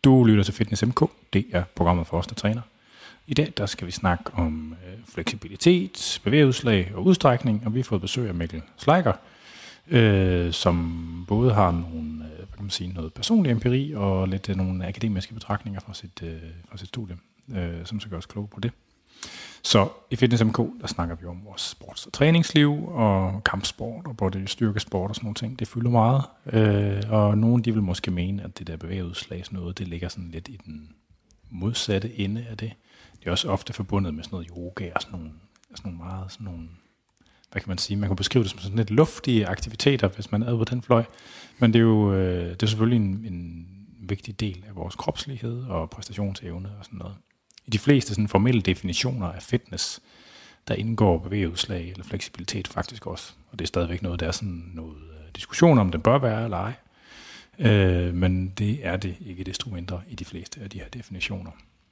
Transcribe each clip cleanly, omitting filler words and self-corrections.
Du lytter til Fitness MK. Det er programmet for os, der træner. I dag der skal vi snakke om fleksibilitet, bevægeudslag og udstrækning, og vi har fået besøg af Mikkel Schleicher, som både har nogle, noget personlig empiri og lidt nogle akademiske betragtninger fra sit studie, som skal gøre os kloge på det. Så i Fitness MK, der snakker vi om vores sports- og træningsliv og kampsport og både styrkesport og sådan nogle ting. Det fylder meget, og nogen de vil måske mene, at det der bevægeudslags noget, det ligger sådan lidt i den modsatte ende af det. Det er også ofte forbundet med sådan noget yoga og sådan nogle, hvad kan man sige, man kan beskrive det som sådan lidt luftige aktiviteter, hvis man er på den fløj. Men det er jo det er selvfølgelig en vigtig del af vores kropslighed og præstationsevne og sådan noget. I de fleste sådan formelle definitioner af fitness, der indgår bevægeudslag eller fleksibilitet faktisk også. Og det er stadigvæk noget, der er sådan noget diskussion om, det bør være eller ej. Men det er det ikke desto mindre i de fleste af de her definitioner.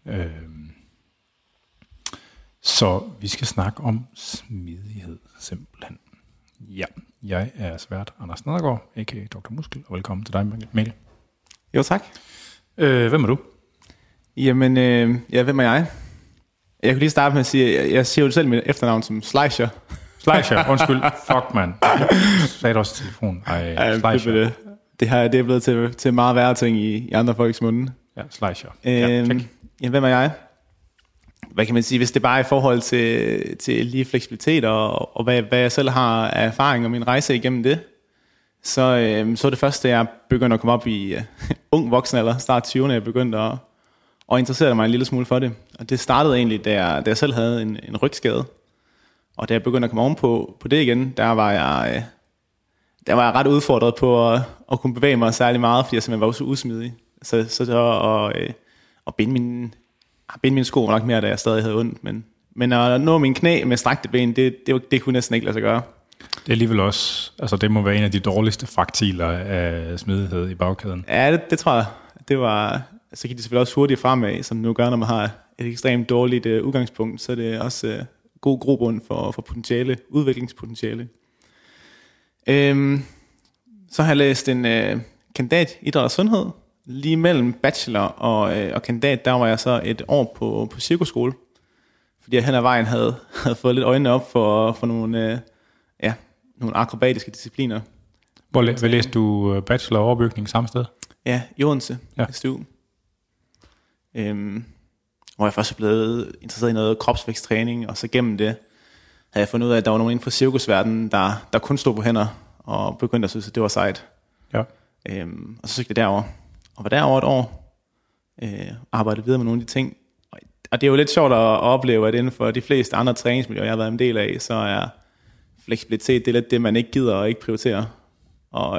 Så vi skal snakke om smidighed simpelthen. Ja, jeg er svært Anders Nedergaard, a.k.a. Dr. Muskel, og velkommen til dig, Mikkel. Jo, tak. Hvem er du? Jamen, hvem er jeg? Jeg kan lige starte med at sige, at jeg siger jo selv mit efternavn som Schleicher. Schleicher, undskyld. Fuck, man. Sagde det også til telefonen. Schleicher. Det er blevet til meget værre ting i andre folks munde. Ja, Schleicher. Jamen, hvem er jeg? Hvad kan man sige, hvis det bare er i forhold til lige fleksibilitet, og hvad jeg selv har af erfaring og min rejse igennem det, så er det første, jeg begyndte at komme op i ung voksenalder, start 20'erne, jeg begyndte at interessere mig en lille smule for det. Og det startede egentlig, da jeg selv havde en rygskade. Og da jeg begyndte at komme ovenpå det igen, der var jeg ret udfordret på at kunne bevæge mig særlig meget, fordi jeg simpelthen var så usmidig. Så at binde mine sko var nok mere, da jeg stadig havde ondt. Men at nå mine knæ med strakte ben, det kunne næsten ikke lade sig gøre. Det er alligevel også, altså det må være en af de dårligste fraktiler af smidighed i bagkæden. Ja, det tror jeg. Det var, så gik det selvfølgelig også hurtigt fremad, som nu gør, når man har et ekstremt dårligt udgangspunkt, så er det også god grobund for udviklingspotentiale. Så har jeg læst en kandidat i idræt og sundhed. Lige mellem bachelor og kandidat, der var jeg så et år på cirkusskole, fordi jeg hen ad vejen havde fået lidt øjnene op for nogle akrobatiske discipliner. Hvor læste du bachelor og overbygning samme sted? Ja, i Odense, SDU. Hvor jeg først er blevet interesseret i noget kropsvæksttræning, og så gennem det havde jeg fundet ud af, at der var nogen inden for cirkusverdenen, der kun stod på hænder, og begyndte at synes, at det var sejt. Ja. Og så søgte jeg derover. Og var derovre et år, arbejdede videre med nogle af de ting. Og det er jo lidt sjovt at opleve, at inden for de fleste andre træningsmiljøer, jeg har været en del af, så er fleksibilitet, det er lidt det, man ikke gider og ikke prioriterer. Og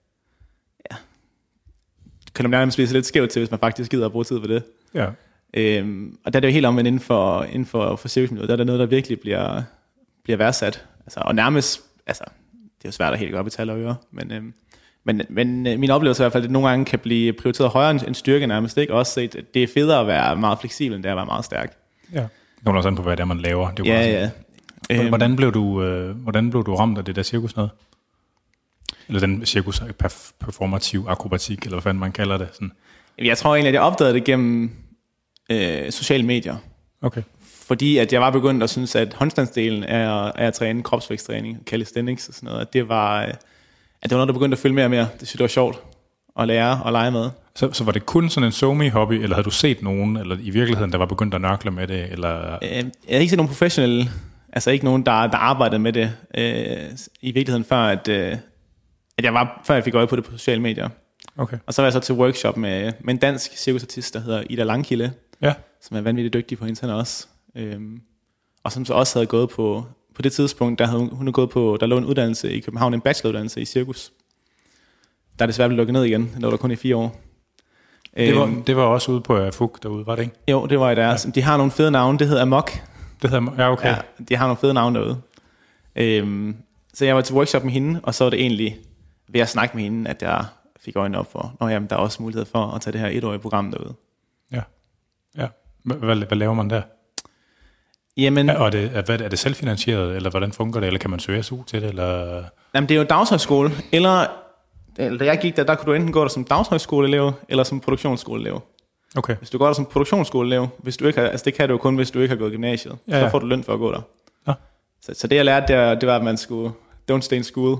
kan man nærmest blive lidt skævt til, hvis man faktisk gider at bruge tid på det. Ja. Og der er det jo helt omvendt inden for cirkusmiljøet, der er der noget, der virkelig bliver værdsat. Altså, og nærmest, altså, det er jo svært at helt gå op i tal og øre, men min oplevelse er i hvert fald, at det nogle gange kan blive prioriteret højere end styrke nærmest, ikke? Også set, at det er federe at være meget fleksibel, end det er at være meget stærk. Ja, det kommer også an på, hvad det er, man laver. Det ja. Hvordan blev du ramt af det der cirkus noget? Eller den cirkus performativ akrobatik, eller hvad fanden man kalder det? Sådan. Jeg tror egentlig, at jeg opdagede det gennem sociale medier. Okay. Fordi at jeg var begyndt at synes, at håndstandsdelen af at træne kropsvæksttræning, calisthenics og sådan noget, at det var noget, der begyndte at følge mere og mere. Det synes jeg, det var sjovt at lære og lege med. Så var det kun sådan en SoMe-hobby, eller havde du set nogen, eller i virkeligheden, der var begyndt at nørkle med det? Eller? Jeg havde ikke set nogen professionelle, altså ikke nogen, der arbejdede med det i virkeligheden, før jeg fik øje på det på sociale medier. Okay. Og så var jeg så til workshop med en dansk cirkusartist, der hedder Ida Langkilde, som er vanvittigt dygtig på hendes hænder også. Og som så også havde gået på det tidspunkt, der havde hun gået på, der lå en uddannelse i København, en bacheloruddannelse i cirkus. Der er desværre blevet lukket ned igen, det lå der kun i 4 år. Det var også ude på FUG derude, var det ikke? Jo, det var i deres. Ja. De har nogle fede navne, det hedder Amok. Ja, okay. Ja, de har nogle fede navne derude. Så jeg var til workshop med hende, og så var det egentlig ved at snakke med hende, at jeg fik øjnene op for, der er også mulighed for at tage det her 1-årige program derude. Ja. Hvad laver man der? Jamen, og er det selvfinansieret, eller hvordan fungerer det, eller kan man søge SU til det? Eller? Jamen, det er jo dagshøjskole, eller da jeg gik der kunne du enten gå der som dagshøjskoleelev, eller som produktionsskoleelev. Okay. Hvis du går der som produktionsskoleelev, hvis du ikke har, altså det kan du jo kun, hvis du ikke har gået i gymnasiet, så får du løn for at gå der. Ja. Så det jeg lærte, det var, at man skulle, don't stay in school.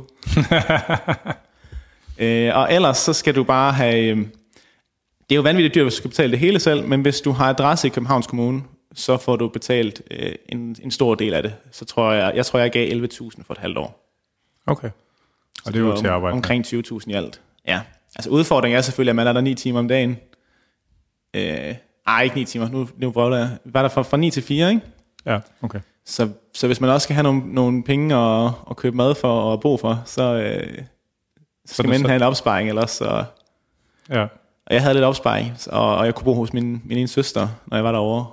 Og ellers så skal du bare have, det er jo vanvittigt dyrt, hvis du skal betale det hele selv, men hvis du har adresse i Københavns Kommune, så får du betalt en stor del af det. Så tror jeg gav 11.000 for et halvt år. Okay. Og det er jo til at arbejde omkring 20.000 i alt. Ja. Altså udfordringen er selvfølgelig, at man er der 9 timer om dagen. Ikke 9 timer, nu prøver jeg. Var der fra 9 til 4, ikke? Ja, okay. Så hvis man også skal have nogle penge og købe mad for og bo for, så skal man have en opsparing ellers. Så. Ja. Og jeg havde lidt opsparing, og jeg kunne bo hos min ene søster, når jeg var derovre.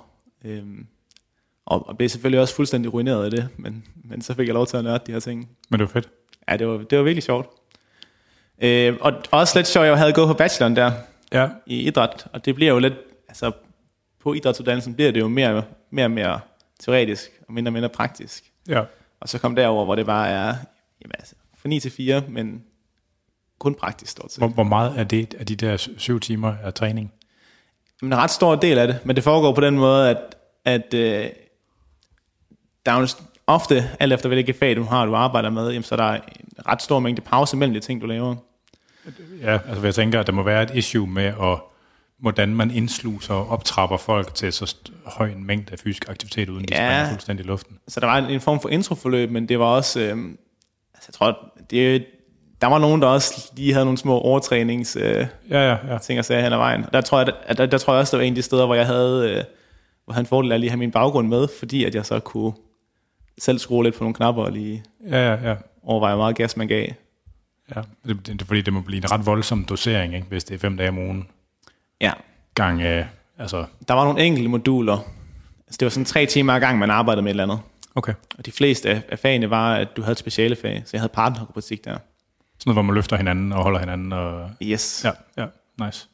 Og blev selvfølgelig også fuldstændig ruineret af det, men så fik jeg lov til at nørde de her ting. Men det var fedt. Ja, det var virkelig sjovt. Og også lidt sjovt, jeg havde gået på bacheloren der i idræt, og det bliver jo lidt, altså på idrætsuddannelsen bliver det jo mere og mere teoretisk og mindre og mindre praktisk. Ja. Og så kom derover, hvor det bare er jamen, altså, fra 9 til 4, men kun praktisk stort set. Hvor meget er det af de der 7 timer af træning? En ret stor del af det, men det foregår på den måde, at der er jo ofte, alt efter hvilket fag du arbejder med, jamen, så er der en ret stor mængde pause mellem de ting, du laver. Ja, altså jeg tænker, at der må være et issue med, hvordan man indsluser og optrapper folk til så høj en mængde af fysisk aktivitet, uden de springer fuldstændig i luften. Så der var en form for introforløb, men det var også, jeg tror, der var nogen, der også lige havde nogle små overtrænings ting og sager hen ad vejen. Og der tror jeg også, der var en af de steder, hvor jeg havde en fordel af lige at have min baggrund med, fordi at jeg så kunne selv skrue lidt på nogle knapper og lige overveje, hvor meget gas man gav. Ja, det er fordi, det må blive en ret voldsom dosering, ikke? Hvis det er 5 dage om ugen. Ja. Gang, altså. Der var nogle enkelte moduler. Altså, det var sådan 3 timer ad gang, man arbejdede med et eller andet. Okay. Og de fleste af fagene var, at du havde et speciale fag, så jeg havde partnerakrobatik der. Sådan noget, hvor man løfter hinanden og holder hinanden. Og yes. Ja, nice.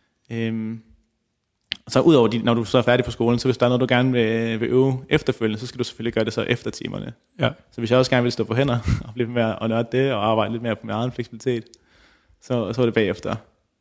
Og så udover, når du så er færdig på skolen, så hvis der er noget, du gerne vil øve efterfølgende, så skal du selvfølgelig gøre det så efter timerne. Ja. Så hvis jeg også gerne vil stå på hænder og blive med at nørde det, og arbejde lidt mere på min egen fleksibilitet, så er det bagefter.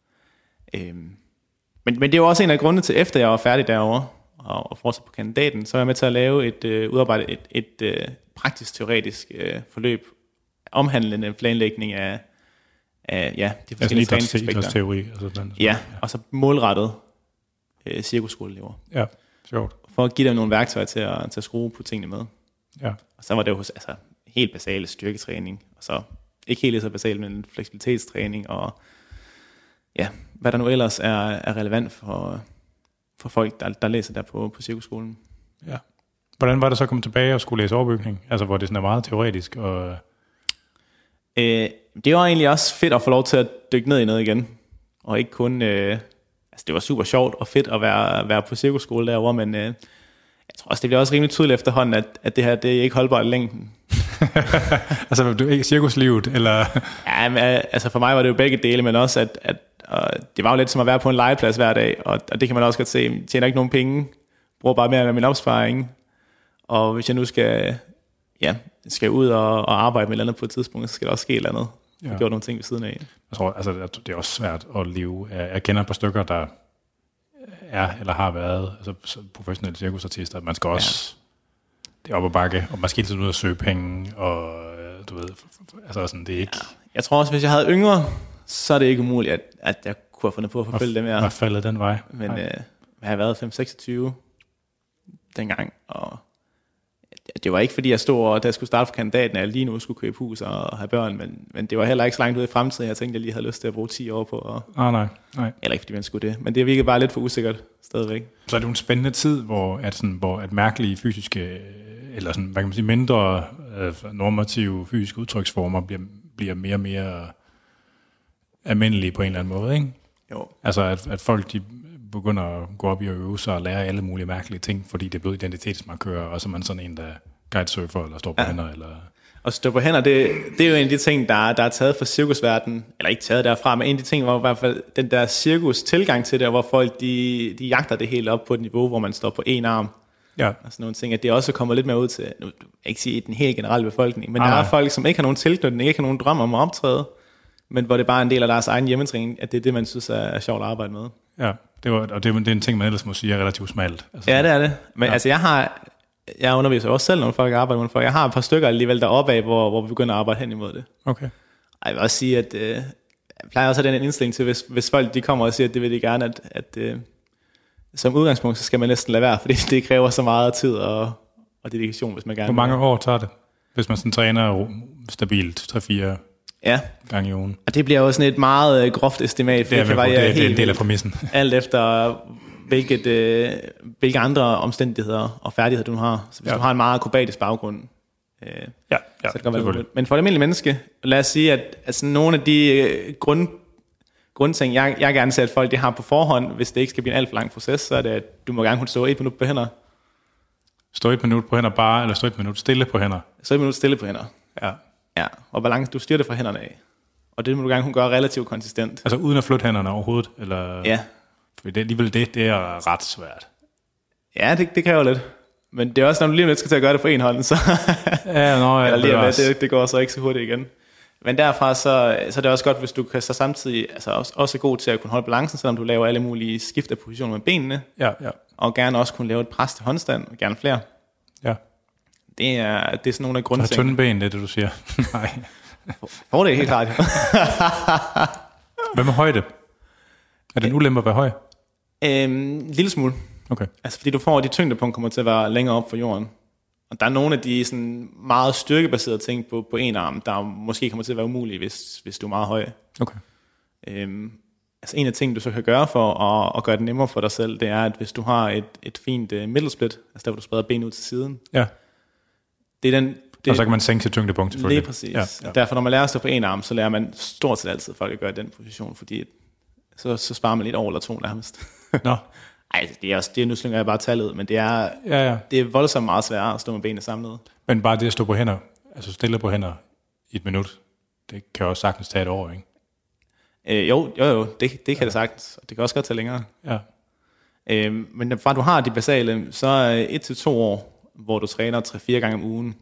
Men det er jo også en af grundene til, efter jeg var færdig derovre, og fortsat på kandidaten, så er jeg med til at lave udarbejde et praktisk-teoretisk forløb, omhandlende planlægning af de forskellige træningsaspekter. Idrætsteori. Altså og så målrettet cirkusskoleelever. Ja, sjovt. For at give dem nogle værktøjer til at skrue på tingene med. Ja. Og så var det jo helt basal styrketræning, og så ikke helt så basalt, men fleksibilitetstræning, og hvad der nu ellers er relevant for folk, der læser der på cirkusskolen. Ja. Hvordan var det så at komme tilbage og skulle læse overbygning? Altså, hvor det sådan er meget teoretisk? Og det var egentlig også fedt at få lov til at dykke ned i noget igen. Og ikke kun det var super sjovt og fedt at være på cirkusskole derovre, men jeg tror også, det bliver også rimelig tydeligt efterhånden, at det her, det er ikke holdbart i længden. Altså, du ikke cirkuslivet, eller? Ja, men, altså for mig var det jo begge dele, men også, at det var jo lidt som at være på en legeplads hver dag, og det kan man også godt se. Jeg tjener ikke nogen penge, bruger bare mere af min opsparing, og hvis jeg nu skal ud og arbejde med et eller andet på et tidspunkt, så skal der også ske et eller andet. Jeg gjorde nogle ting ved siden af. Jeg tror, altså, det er også svært at leve. Jeg kender et par stykker, der er eller har været professionelle cirkusartister. Man skal også det er op ad bakke, og man skal hele tiden ud og søge penge, og du ved, altså sådan, det er ikke. Jeg tror også, hvis jeg havde yngre, så er det ikke umuligt, at jeg kunne have fundet på at forfølge dem her. Og faldet den vej. Men jeg har været 5-26 dengang, og det var ikke fordi jeg stod og da jeg skulle starte for kandidaten, at jeg lige nu skulle købe hus og have børn, men det var heller ikke så langt ud i fremtiden. Jeg tænkte, jeg lige havde lyst til at bruge 10 år på. Nej. Eller ikke fordi man skulle det, men det virkede bare lidt for usikkert stadigvæk. Så er det jo en spændende tid, hvor at mærkelige fysiske, eller sådan, hvad kan man sige, mindre normative fysiske udtryksformer bliver mere og mere almindelige på en eller anden måde, ikke? Jo. Altså at folk de begynder at gå op i at øve sig og lære alle mulige mærkelige ting, fordi det er blevet identitetsmarkører, og så er man sådan en, der guidesurfer eller står på hænder. Eller og stå på hænder, det er jo en af de ting, der er taget fra cirkusverdenen, eller ikke taget derfra, men en af de ting, hvor i hvert fald den der cirkus tilgang til det, hvor folk de jagter det helt op på et niveau, hvor man står på en arm. Ja. Og sådan nogle ting, at det også kommer lidt mere ud til, nu ikke sige den helt generelle befolkning, men der er folk, som ikke har nogen tilknytning, ikke har nogen drøm om at optræde, men hvor det bare er en del af deres egen hjemmetræning, at det er det, man synes er sjovt at arbejde med. Ja, Det er en ting, man ellers må sige er relativt smalt. Altså, Ja, det er det. Men altså, jeg underviser også selv, når folk arbejder med folk. Jeg har et par stykker alligevel deroppe af, hvor vi begynder at arbejde hen imod det. Okay. Jeg vil også sige, at jeg plejer også at have den indstilling til, hvis folk de kommer og siger, at det vil de gerne, at som udgangspunkt, så skal man næsten lade være, fordi det kræver så meget tid og dedikation, hvis man gerne Hvor mange år tager det, hvis man sådan træner stabilt 3-4 gange i ugen? Og det bliver jo sådan et meget groft estimat, for det er en del af præmissen. Alt efter hvilke andre omstændigheder og færdigheder du har. Så hvis du har en meget akrobatisk baggrund, så det kan være. Men for et almindeligt menneske, lad os sige, at altså, nogle af de grundting, jeg gerne ser, at folk de har på forhånd, hvis det ikke skal blive en alt for lang proces, så er det, at du må gerne kunne stå 1 minut på hænder. Stå 1 minut på hænder bare, eller stå 1 minut stille på hænder? Stå 1 minut stille på hænder. Ja, og balance, du styrer det fra hænderne af. Og det må du gerne kunne gøre relativt konsistent. Altså uden at flytte hænderne overhovedet? Eller? Ja. For det er alligevel det er ret svært. Ja, det kræver lidt. Men det er også, når du lige om lidt skal til at gøre det på en hånd, så det går så ikke så hurtigt igen. Men derfra så er det også godt, hvis du kan så samtidig altså også god til at kunne holde balancen, selvom du laver alle mulige skift af positioner med benene. Ja. Og gerne også kunne lave et pres til håndstand, og gerne flere. Ja. Det er sådan nogle af grundtingene. Så tynde ben, det du siger. Nej. For det er helt klart. Hvad med højde? Er det en ulempe at være høj? En lille smule. Okay. Altså fordi du får de tyngdepunkt kommer til at være længere op for jorden. Og der er nogle af de sådan meget styrkebaserede ting på en arm, der måske kommer til at være umulige, hvis du er meget høj. Okay. Altså en af tingene, du så kan gøre for at gøre det nemmere for dig selv, det er, at hvis du har et fint middelsplit, altså der hvor du spreder ben ud til siden. Ja. Det er den... Og så kan man sænke sit tyngdepunkt selvfølgelig. Lige præcis. Ja. Derfor når man lærer sig på en arm, så lærer man stort set altid folk at gøre den position, fordi så sparer man lidt over eller to nærmest. Nå. Ej, nu slynger jeg bare tallet, men det er voldsomt meget sværere at stå med benene samlet. Men bare det at stå på hænder, altså stille på hænder i 1 minut, det kan også sagtens tage et år, ikke? Jo, det kan det sagtens, og det kan også godt tage længere. Ja. Men fra du har de basale, så 1 til 2 år, hvor du træner 3-4 gange om ugen,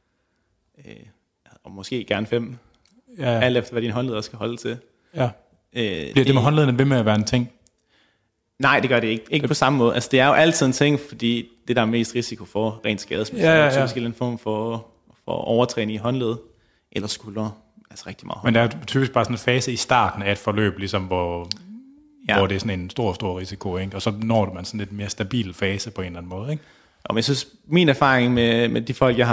og måske gerne 5, alt efter hvad din håndleder skal holde til. Ja. Bliver det med håndlederne ved med at være en ting? Nej, det gør det ikke. Ikke på samme måde. Altså, det er jo altid en ting, fordi det, der er mest risiko for rent skadesmæssigt, er typisk en form for overtræning i håndled eller skuldre. Altså rigtig meget. Men der er typisk bare sådan en fase i starten af et forløb, ligesom hvor det er sådan en stor risiko, ikke? Og så når man sådan lidt mere stabil fase på en eller anden måde, ikke? Og jeg synes, min erfaring med de folk, jeg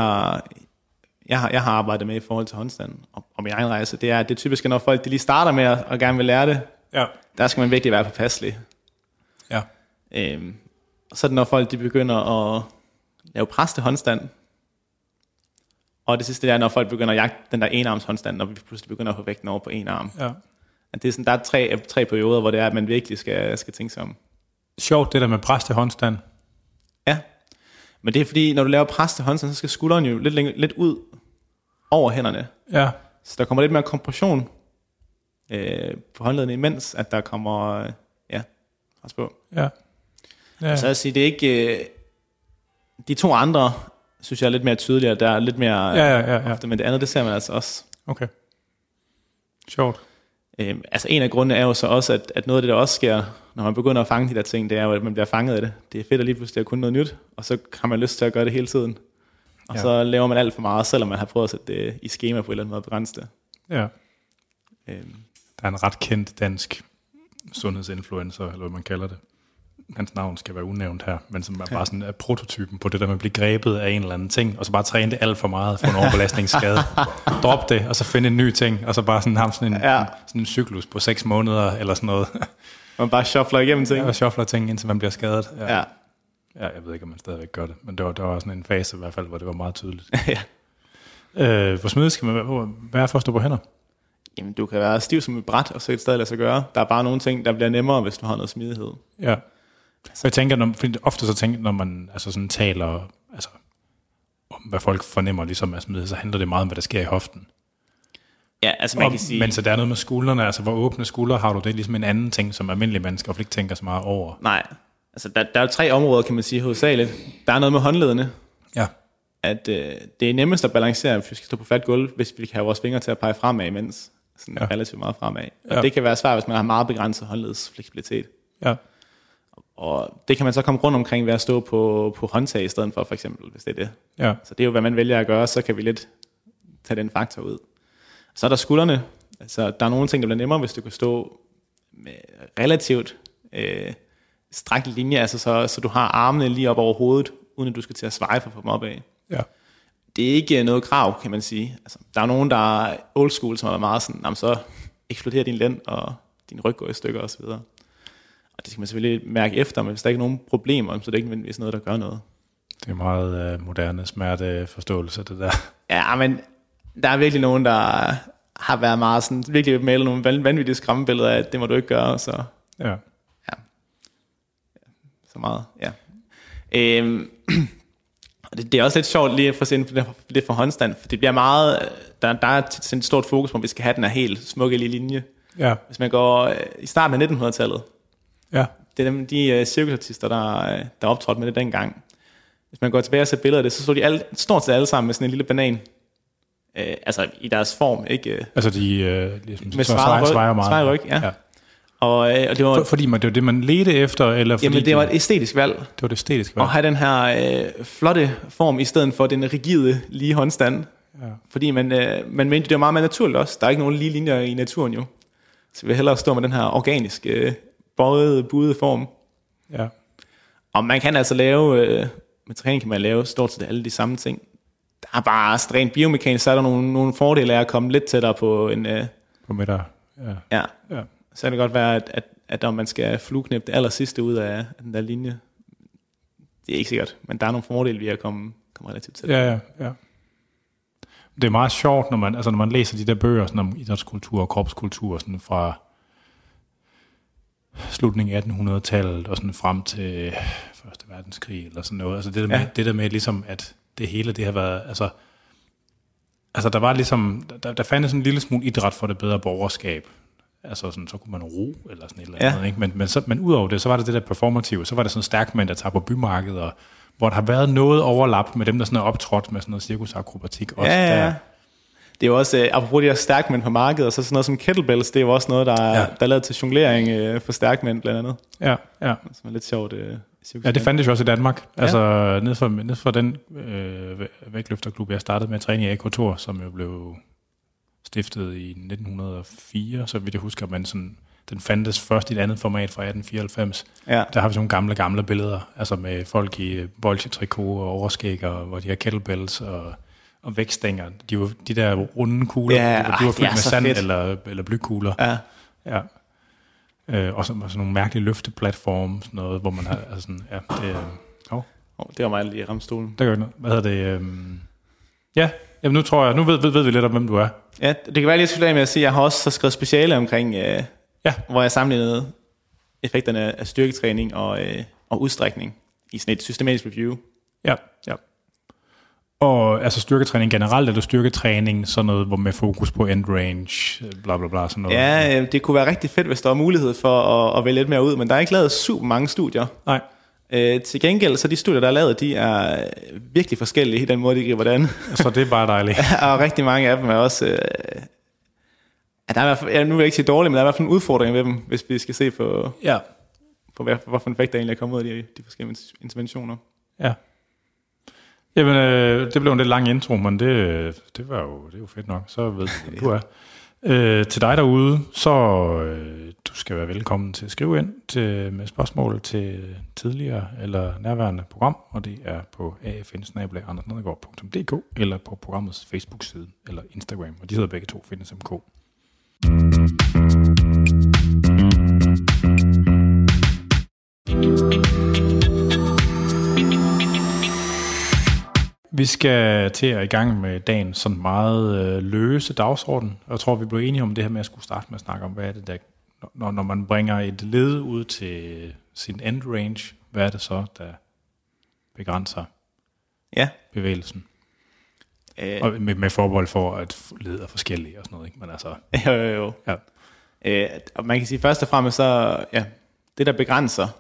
har arbejdet med i forhold til håndstand og min egen rejse, det er, at det typisk er, når folk de lige starter med at gerne vil lære det, der skal man virkelig være påpasselig. Ja. Og så er det, når folk de begynder at lave pres til håndstand, og det sidste det er, når folk begynder at jagte den der enarms håndstand, når vi pludselig begynder at få vægten over på en arm. Ja. At det er sådan, der er tre perioder, hvor det er, at man virkelig skal tænke sig om. Sjovt det der med pres til håndstand. Ja, men det er fordi, når du laver pres til håndstand, så skal skulderen jo lidt ud over hænderne. Ja. Så der kommer lidt mere kompression på håndledene, imens at der kommer pres på. Ja. Så jeg siger, det er ikke... de 2 andre, synes jeg er lidt mere tydeligere. Der er lidt mere... Ja. Men det andet, det ser man altså også. Okay. Sjovt. Altså en af grundene er jo så også, at noget af det, der også sker, når man begynder at fange de der ting, det er jo, at man bliver fanget af det. Det er fedt at lige pludselig at kunne noget nyt, og så har man lyst til at gøre det hele tiden. Og så laver man alt for meget, selvom man har prøvet at sætte det i schema på en eller anden måde begrænse det. Ja. Der er en ret kendt dansk sundhedsinfluencer, eller hvad man kalder det. Hans navn skal være unævnt her, men som er bare sådan er prototypen på det der med at blive grebet af en eller anden ting, og så bare træne det alt for meget, få en overbelastningsskade. Drop det, og så finde en ny ting, og så bare sådan have sådan en cyklus på 6 måneder, eller sådan noget. Man bare shuffler igennem ting. Ja, shuffler ting, indtil man bliver skadet. Ja, jeg ved ikke, om man stadigvæk gør det, men der var sådan en fase i hvert fald, hvor det var meget tydeligt. Hvor smidig skal man være for at stå på hænder? Jamen, du kan være stiv som et bræt, og så et stadig lade sig gøre. Der er bare nogle ting, der bliver nemmere, hvis du har noget smidighed. Ja. Så jeg tænker, ofte så tænker, når man altså sådan taler altså, om, hvad folk fornemmer ligesom af smidighed, så handler det meget om, hvad der sker i hoften. Ja, altså man kan sige... Men så der er noget med skuldrene, altså hvor åbne skuldre har du, det er ligesom en anden ting, som almindelige mennesker ikke tænker så meget over. Nej, altså der er jo 3 områder, kan man sige hovedsageligt. Der er noget med håndledene. Ja. At det er nemmest at balancere, hvis vi skal stå på fladt gulv, hvis vi kan have vores fingre til at pege fremad imens. Sådan relativt meget fremad. Og det kan være svært, hvis man har meget begrænset håndledsfleksibilitet. Ja. Og det kan man så komme rundt omkring ved at stå på håndtag i stedet for eksempel, hvis det er det. Ja. Så det er jo, hvad man vælger at gøre, så kan vi lidt tage den faktor ud. Så er der skuldrene. Altså, der er nogle ting, der bliver nemmere, hvis du kan stå med relativt strækt linje, altså så du har armene lige op over hovedet, uden at du skal til at sveje for at få dem opad. Ja. Det er ikke noget krav, kan man sige. Altså, der er nogen, der er old school, som er meget sådan, så eksploderer din lænd, og din ryg går i stykker osv. Og det skal man selvfølgelig mærke efter, men hvis der ikke er nogen problemer, så er det ikke nødvendigvis noget, der gør noget. Det er meget moderne smerteforståelse, det der. Ja, men der er virkelig nogen, der har været meget sådan, virkelig malet nogle vanvittige skræmmebilleder af, at det må du ikke gøre, så Ja. Så meget, ja. Det er også lidt sjovt lige at få sendt lidt for håndstand, for det bliver meget, der er et stort fokus på, at vi skal have den her helt smukke lille linje. Ja. Hvis man går i starten af 1900-tallet, Ja. det er de cirkusartister, der optrådte med det dengang. Hvis man går tilbage og ser billeder af det, så står de stort set alle sammen med sådan en lille banan. Altså i deres form, ikke? Altså de ligesom, med svejer ryg, ja. Og det var, fordi det var det, man ledte efter, eller fordi jamen, det var et æstetisk valg. Det var det æstetiske valg. At have den her flotte form, i stedet for den rigide, lige håndstand. Ja. Fordi man mente, det var meget mere naturligt også. Der er ikke nogen lige linjer i naturen jo. Så vi vil hellere stå med den her organiske, buede form. Ja. Og man kan altså lave, med træning kan man lave stort set alle de samme ting. Der er bare rent biomekanisk, så er der nogle fordele af at komme lidt tættere på en... på midter, ja. Så kan det godt være, at når man skal flueknæppe det aller sidste ud af den der linje, det er ikke sikkert, men der er nogle fordele ved at komme relativt tæt. Ja. Det er meget sjovt, når man læser de der bøger sådan om idrætskultur og kropskultur sådan fra slutningen af 1800-tallet og sådan frem til Første Verdenskrig eller sådan noget. Altså det der med ligesom, at det hele det har været, altså der var ligesom, der fandtes en lille smule idræt for det bedre borgerskab. Altså sådan, så kunne man ro eller sådan et eller andet, ikke? Men ud over det, så var det det der performative, så var det sådan stærkmænd, der tager på bymarkedet, og hvor der har været noget overlap med dem, der sådan er optrådt med sådan noget cirkusakrobatik. Også der. Det er jo også, apropos de her stærkmænd på markedet, og så sådan noget som kettlebells, det er jo også noget, der er lavet til jonglering for stærkmænd blandt andet. Ja. Som er lidt sjovt. Ja, det fandtes jo også i Danmark. Ja. Altså ned for den vægtløfterklub, jeg startede med at træne i AK Thor, som jo blev stiftet i 1904, så vidt jeg husker, man sådan, den fandtes først i et andet format fra 1894. Ja. Der har vi sådan nogle gamle billeder, altså med folk i bolsjetrikot og overskæg, og hvor de har kettlebells og vægtstænger. De der runde kugler, de var fyldt med sand eller blykugler. Ja. Og så nogle mærkelige løfteplatforme, sådan noget, hvor man har, altså sådan, det var mig lige i ramstolen. Det gør ikke noget. Hvad hedder det? Ja. Jamen nu ved vi lidt om, hvem du er. Ja, det kan være lige slutte af med at sige, at jeg har også skrevet speciale omkring, hvor jeg sammenlignede effekterne af styrketræning og udstrækning i sådan et systematisk review. Ja. Og altså styrketræning generelt, eller styrketræning, sådan noget, hvor med fokus på end range, bla bla bla, sådan noget. Ja, det kunne være rigtig fedt, hvis der var mulighed for at vælge lidt mere ud, men der er ikke lavet super mange studier. Nej. Til gengæld, så de studier, der er lavet, de er virkelig forskellige i den måde, de griber det an. Så det er bare dejligt. Og rigtig mange af dem er også... der er i hvert fald, nu vil jeg ikke sige dårligt, men der er i hvert fald en udfordring ved dem, hvis vi skal se på, hvorfor en effekt der egentlig er kommet ud af de forskellige interventioner. Ja. Jamen, det blev en lidt lang intro, men det er jo fedt nok. Så ved du, hvem du er. Til dig derude, så du skal være velkommen til at skrive ind med spørgsmål til tidligere eller nærværende program, og det er på afn@andersnedergaard.dk eller på programmets Facebook-side eller Instagram, og de hedder begge to Fitness MK. Vi skal til at i gang med dagens sådan meget løse dagsorden. Jeg tror, vi blev enige om det her med at skulle starte med at snakke om, hvad er det der, når man bringer et led ud til sin end range, hvad er det så, der begrænser bevægelsen? Og med forbehold for, at led er forskellige og sådan noget, ikke? Men altså... Jo. Ja. Og man kan sige først og fremmest, så det der begrænser,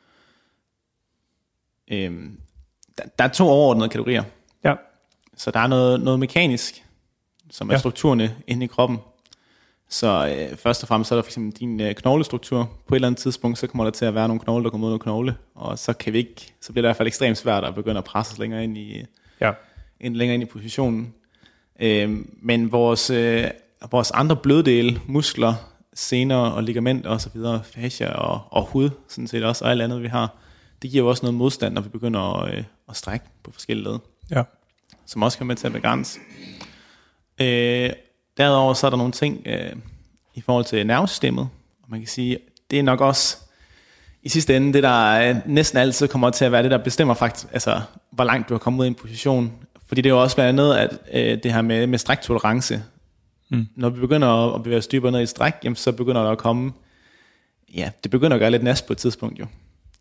der er 2 overordnede kategorier. Ja. Så der er noget mekanisk, som er strukturerne inde i kroppen. Så først og fremmest så er der for eksempel din knoglestruktur. På et eller andet tidspunkt, så kommer der til at være nogle knogle, der går mod nogle knogle, og så bliver det i hvert fald ekstremt svært at begynde at presse os længere længere ind i positionen. Men vores andre bløddele, muskler, sener og ligamenter og så videre, fascia og hud, sådan set også, og alt andet vi har, det giver jo også noget modstand, når vi begynder at strække på forskellige led. Ja. Som også kan med til at begrænse. Derudover så er der nogle ting i forhold til nervesystemet, og man kan sige, det er nok også i sidste ende det, der næsten altid kommer til at være det, der bestemmer faktisk, altså hvor langt du har kommet ud i en position. Fordi det er jo også blandt andet, at det her med stræktolerance, når vi begynder at bevæge os dybere ned i stræk, jamen, så begynder der at komme, det begynder at gøre lidt næst på et tidspunkt jo.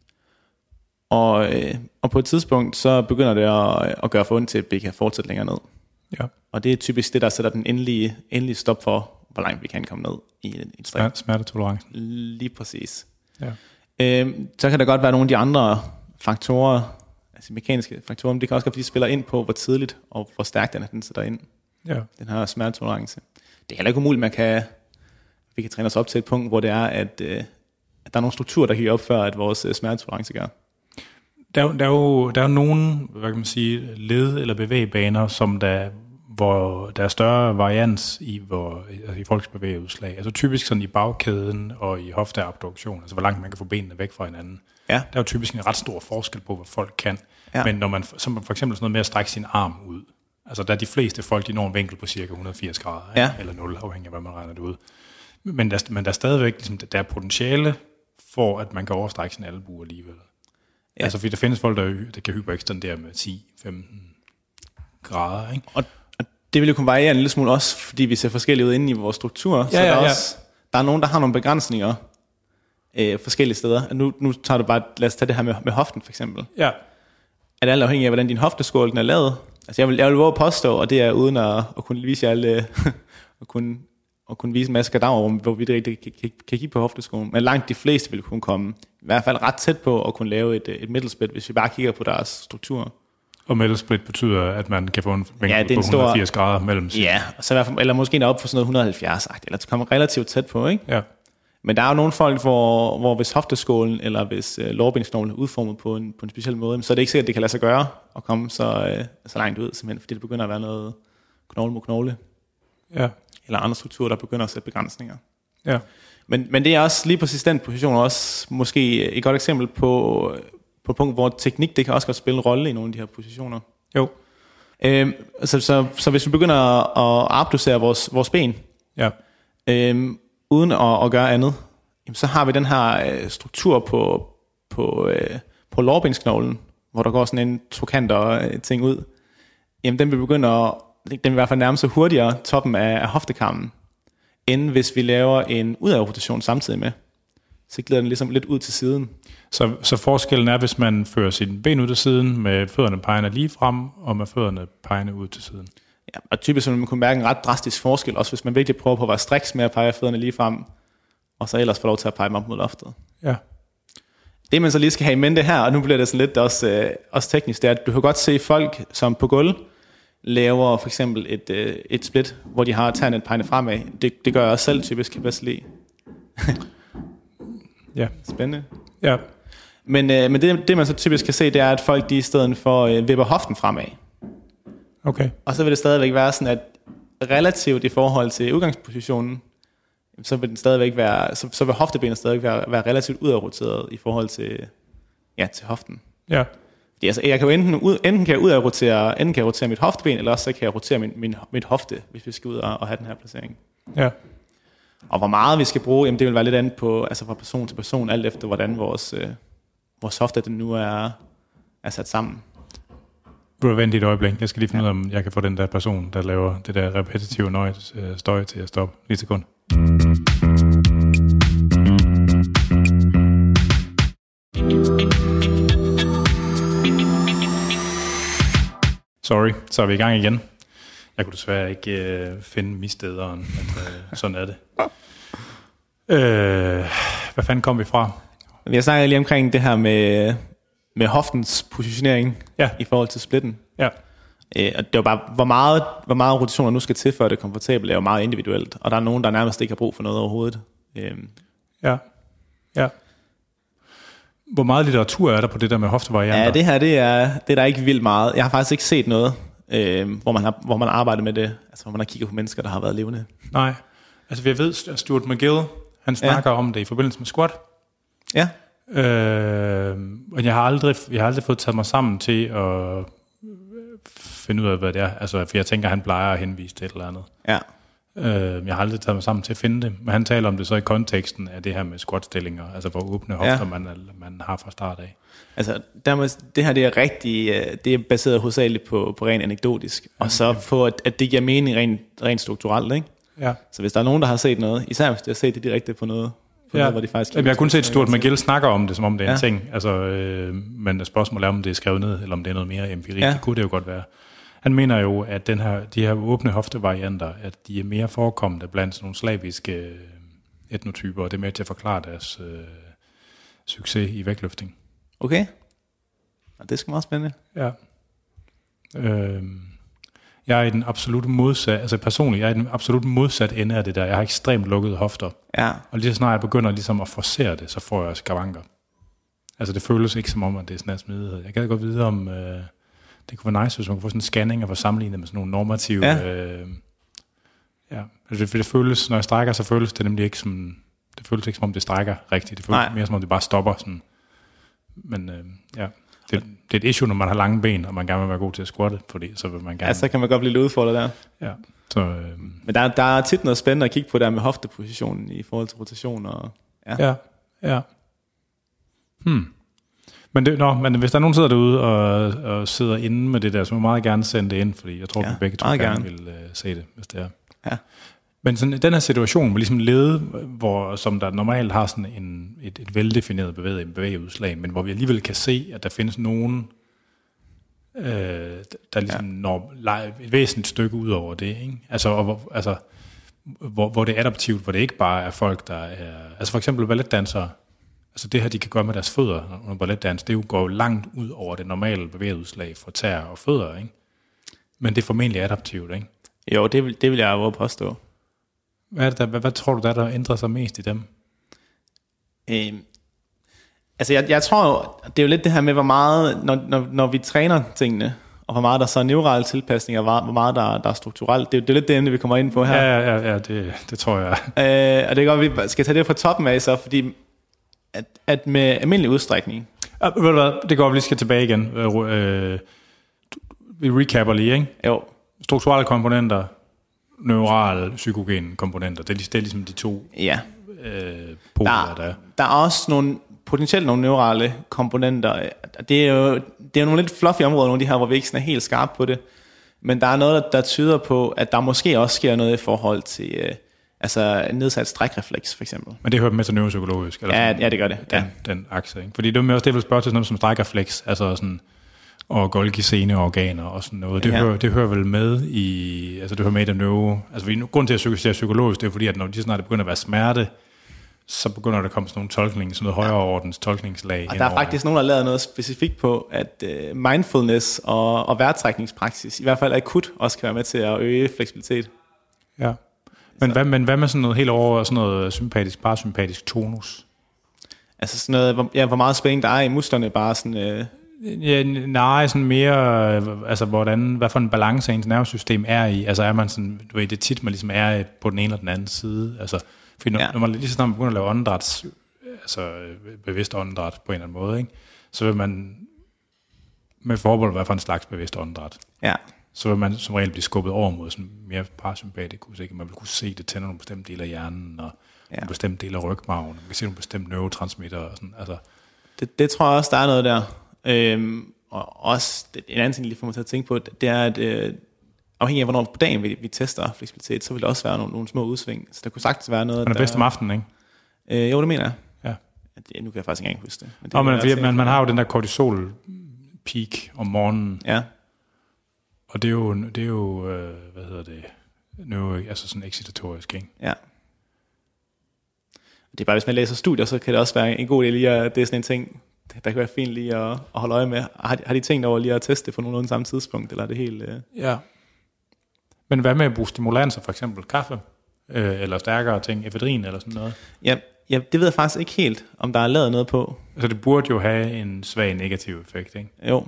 Og på et tidspunkt, så begynder det at gøre for ondt til, at vi kan fortsætte længere ned. Ja. Og det er typisk det, der sætter den endelige stop for, hvor langt vi kan komme ned i et stræk. Smertetolerance. Lige præcis. Ja. Så kan der godt være nogle af de andre faktorer, altså mekaniske faktorer, men det kan også godt, fordi de spiller ind på, hvor tidligt og hvor stærkt den sætter ind. Ja. Den her smertetolerance. Det er heller ikke umuligt, vi kan træne os op til et punkt, hvor det er, at der er nogle strukturer, der kan opføre, at vores smertetolerance gør. Der er jo nogle, hvad kan man sige, led- eller bevægebaner, hvor der er større varians i forhold til bevægeudslag. Altså typisk sådan i bagkæden og i hofteabduktion, altså hvor langt man kan få benene væk fra hinanden. Ja. Der er jo typisk en ret stor forskel på, hvad folk kan. Ja. Men når man for eksempel sådan noget med at strække sin arm ud, altså der er de fleste folk, de når en vinkel på cirka 180 grader, eller 0, afhængig af, hvad man regner det ud. Men der er stadigvæk, ligesom, der er potentiale for, at man kan overstrække sin albue alligevel. Ja. Altså fordi der findes folk, der kan hyperekstendere med 10-15 grader, ikke? Og det vil jo kunne variere en lille smule også, fordi vi ser forskelligt ud inde i vores struktur. Så der er nogen, der har nogle begrænsninger forskellige steder. Nu tager du bare, lad os tage det her med hoften for eksempel. Ja. Er det alt afhængigt af, hvordan din hofteskål den er lavet? Altså jeg vil våge at påstå, og det er uden at kunne vise alle, at kunne vise en masse kadaver, hvor vi ikke kan kigge på hofteskålen. Men langt de fleste vil kunne komme i hvert fald ret tæt på at kunne lave et middelsplit, hvis vi bare kigger på deres struktur. Og middelsplit betyder, at man kan få en vinkel på 180 grader mellem sig. Ja, og så i hvert fald, eller måske op på sådan noget 170, eller det kommer relativt tæt på, ikke? Ja. Men der er jo nogle folk, hvor hvis hofteskålen eller hvis lårbensknoglen er udformet på en speciel måde, så er det ikke sikkert, at det kan lade sig gøre at komme så langt ud, simpelthen, fordi det begynder at være noget knogle mod knogle. Ja. Eller andre strukturer, der begynder at sætte begrænsninger. Ja. Men det er også lige præcis den position, også måske et godt eksempel på et punkt, hvor teknik, det kan også godt spille en rolle i nogle af de her positioner. Jo. Så hvis vi begynder at abducere vores ben, ja. Uden at gøre andet, så har vi den her struktur på lårbensknoglen, hvor der går sådan en trokanter ting ud. Jamen den vil den vil i hvert fald nærme sig hurtigere toppen af hoftekammen, end hvis vi laver en udadrotation samtidig med. Så glider den ligesom lidt ud til siden. Så forskellen er, hvis man fører sine ben ud til siden, med fødderne pegende lige frem, og med fødderne pegende ud til siden. Ja, og typisk vil man kunne mærke en ret drastisk forskel, også hvis man virkelig prøver på at være striks med at pege fødderne lige frem, og så ellers få lov til at pege dem op mod loftet. Ja. Det man så lige skal have i mente her, og nu bliver det sådan lidt også teknisk, det er, at du kan godt se folk, som på gulv laver for eksempel et split, hvor de har tæerne pegende fremad. Det gør jeg også selv typisk, kan jeg bedst lide. Ja. Spændende. Ja. Men det man så typisk kan se, det er, at folk de i stedet for vipper hoften fremad. Okay. Og så vil det stadigvæk være sådan, at relativt i forhold til udgangspositionen, så vil den stadigvæk være, så vil hoftebenet stadigvæk være relativt udadroteret i forhold til hoften. Ja. Det, altså, jeg kan jo enten kan jeg rotere mit hofteben, eller også så kan jeg rotere mit hofte, hvis vi skal ud og have den her placering. Ja. Og hvor meget vi skal bruge, jamen det vil være lidt andet på, altså fra person til person, alt efter hvordan vores hofte den nu er sat sammen. Du har ventet et øjeblik. Jeg skal lige finde ud af, om jeg kan få den der person, der laver det der repetitive støj til at stoppe. Lige et sekund. Sorry, så er vi i gang igen. Jeg kunne desværre ikke finde misstederen, men sådan er det. Hvad fanden kom vi fra? Vi har snakket lige omkring det her med hoftens positionering i forhold til splitten. Ja. Og det er bare, hvor meget rotation der nu skal til, før det er komfortabelt, er jo meget individuelt. Og der er nogen, der nærmest ikke har brug for noget overhovedet. Ja. Hvor meget litteratur er der på det der med hoftevarianter? Ja, det her, det er der ikke vildt meget. Jeg har faktisk ikke set noget, hvor man arbejder med det. Altså, hvor man har kigget på mennesker, der har været levende. Nej. Altså, vi ved, at Stuart McGill, han snakker om det i forbindelse med squat. Ja. Og jeg har aldrig fået taget mig sammen til at finde ud af, hvad det er. Altså, for jeg tænker, han plejer at henvise til et eller andet. Ja. Jeg har aldrig taget mig sammen til at finde det. Men han taler om det så i konteksten af det her med squat-stillinger. Altså, hvor åbne hofter man har fra start af. Altså, det her, det er rigtig, det er baseret hovedsageligt på rent anekdotisk. Og så på, at det giver mening rent strukturelt, ikke? Ja. Så hvis der er nogen, der har set noget, især hvis de har set det direkte på noget, hvor de faktisk... Jeg har kun set Stuart McGill snakker om det, som om det er en ting. Altså, men spørgsmålet er, om det er skrevet ned, eller om det er noget mere empiri. Det kunne det jo godt være. Han mener jo, at de her åbne hoftevarianter, at de er mere forekommende blandt sådan nogle slaviske etnotyper, og det er med til at forklare deres succes i vægtløftning. Okay. Og det er sgu meget spændende. Ja. Jeg er i den absolut modsatte, altså personligt, jeg er i den absolut modsatte ende af det der. Jeg har ekstremt lukkede hofter. Ja. Og lige så snart jeg begynder ligesom at forcere det, så får jeg skavanker. Altså det føles ikke som om, at det er sådan en smidighed. Jeg kan godt vide om, det kunne være nice, hvis man kunne få sådan en scanning og få sammenlignet med sådan nogle normative... Altså det føles, når jeg strækker, så føles det nemlig ikke som... Det føles ikke som om det strækker rigtigt. Det føles mere som om det bare stopper sådan. Men det er et issue, når man har lange ben, og man gerne vil være god til at squatte, fordi så vil man gerne... Ja, så kan man godt blive lidt udfordret der. Ja. Så, men der er tit noget spændende at kigge på der med hoftepositionen i forhold til rotation og... Ja. Men hvis der er nogen, der sidder derude og sidder inde med det der, så må jeg meget gerne sende det ind, fordi jeg tror, vi begge to gerne vil se det, hvis det er. Ja. Men sådan, den her situation med ligesom lede, som der normalt har sådan et veldefineret bevægeudslag, men hvor vi alligevel kan se, at der findes nogen, der ligesom når et væsentligt stykke ud over det, ikke? Altså, hvor det er adaptivt, hvor det ikke bare er folk, der er... Altså for eksempel balletdansere, altså det her, de kan gøre med deres fødder under balletdans, det går jo langt ud over det normale bevægeudslag for tæer og fødder, ikke? Men det er formentlig adaptivt, ikke? Jo, det vil jeg jo påstå. Hvad tror du, der ændrer sig mest i dem? Altså jeg tror, det er jo lidt det her med, hvor meget, når vi træner tingene, og hvor meget der så er neurale tilpasninger, hvor meget der er strukturelt. Det er lidt det emne, vi kommer ind på her. Ja, det tror jeg. Og det er godt, at vi skal tage det fra toppen af så, fordi at med almindelig udstrækning... Ved du hvad, det går, vi lige skal tilbage igen. Vi recapper lige, ikke? Jo. Strukturelle komponenter, neurale, psykogene komponenter, det er ligesom de to poler, der er. Der er også potentielt nogle neurale komponenter. Det er jo nogle lidt fluffy områder, nogle af de her, hvor vi ikke sådan er helt skarpe på det. Men der er noget, der tyder på, at der måske også sker noget i forhold til nedsat strækrefleks, for eksempel. Men det hører med til neuropsykologisk? Eller ja, det gør det. Den akse, ikke? Fordi det er jo også det, jeg vil spørge til sådan noget som strækrefleks, altså sådan... og Golgi-seneorganer og sådan noget. Det hører vel med i... Altså, det hører med i den neuro... Altså, grunden til at psykologisere psykologisk, det er fordi, at når de snart begynder at være smerte, så begynder der at komme sådan nogle tolkning, sådan noget højere ordens tolkningslag. Og der er faktisk nogen, der har lavet noget specifikt på, at mindfulness og vejrtrækningspraksis, i hvert fald akut, også kan være med til at øge fleksibilitet. Ja. Men hvad med sådan noget helt over, sådan noget sympatisk, parasympatisk tonus? Altså sådan noget, hvor meget spænding der er i musklerne, bare sådan... sådan mere, altså hvad for en balance ens nervesystem er i. Altså er man sådan, du ved, det tit, man ligesom er på den ene eller den anden side. Altså, fordi når man lige så begynder at lave åndedræts, altså bevidst åndedræt på en eller anden måde, ikke? Så vil man med forbehold hvad for en slags bevidst åndedræt. Ja. Så vil man som regel blive skubbet over mod sådan mere parasympatikus, ikke? Man vil kunne se det tænder nogle bestemte dele af hjernen og nogle bestemte dele af rygmarven. Man kan se nogle bestemte neurotransmitter og sådan. Altså. Det tror jeg også, der er noget der. Og også en anden ting, lige får mig til at tænke på, det er, at afhængig af, hvornår på dagen vi tester fleksibilitet, så vil der også være nogle små udsving. Så der kunne sagtens være noget, man er bedst om aftenen, ikke? Jo, det mener jeg. Ja. Nu kan jeg faktisk ikke engang huske det. Men man har jo den der kortisol peak om morgenen. Ja. Og det er jo hvad hedder det, altså sådan excitatorisk, ikke? Ja. Det er bare, hvis man læser studier, så kan det også være en god idé lige, at det er sådan en ting, der kan være fint lige at holde øje med. Har de tænkt over lige at teste det på nogenlunde samme tidspunkt, eller er det helt... Ja. Men hvad med at bruge stimulanser, for eksempel kaffe, eller stærkere ting, efedrin eller sådan noget? Ja, det ved jeg faktisk ikke helt, om der er lavet noget på. Altså det burde jo have en svag negativ effekt, ikke? Jo.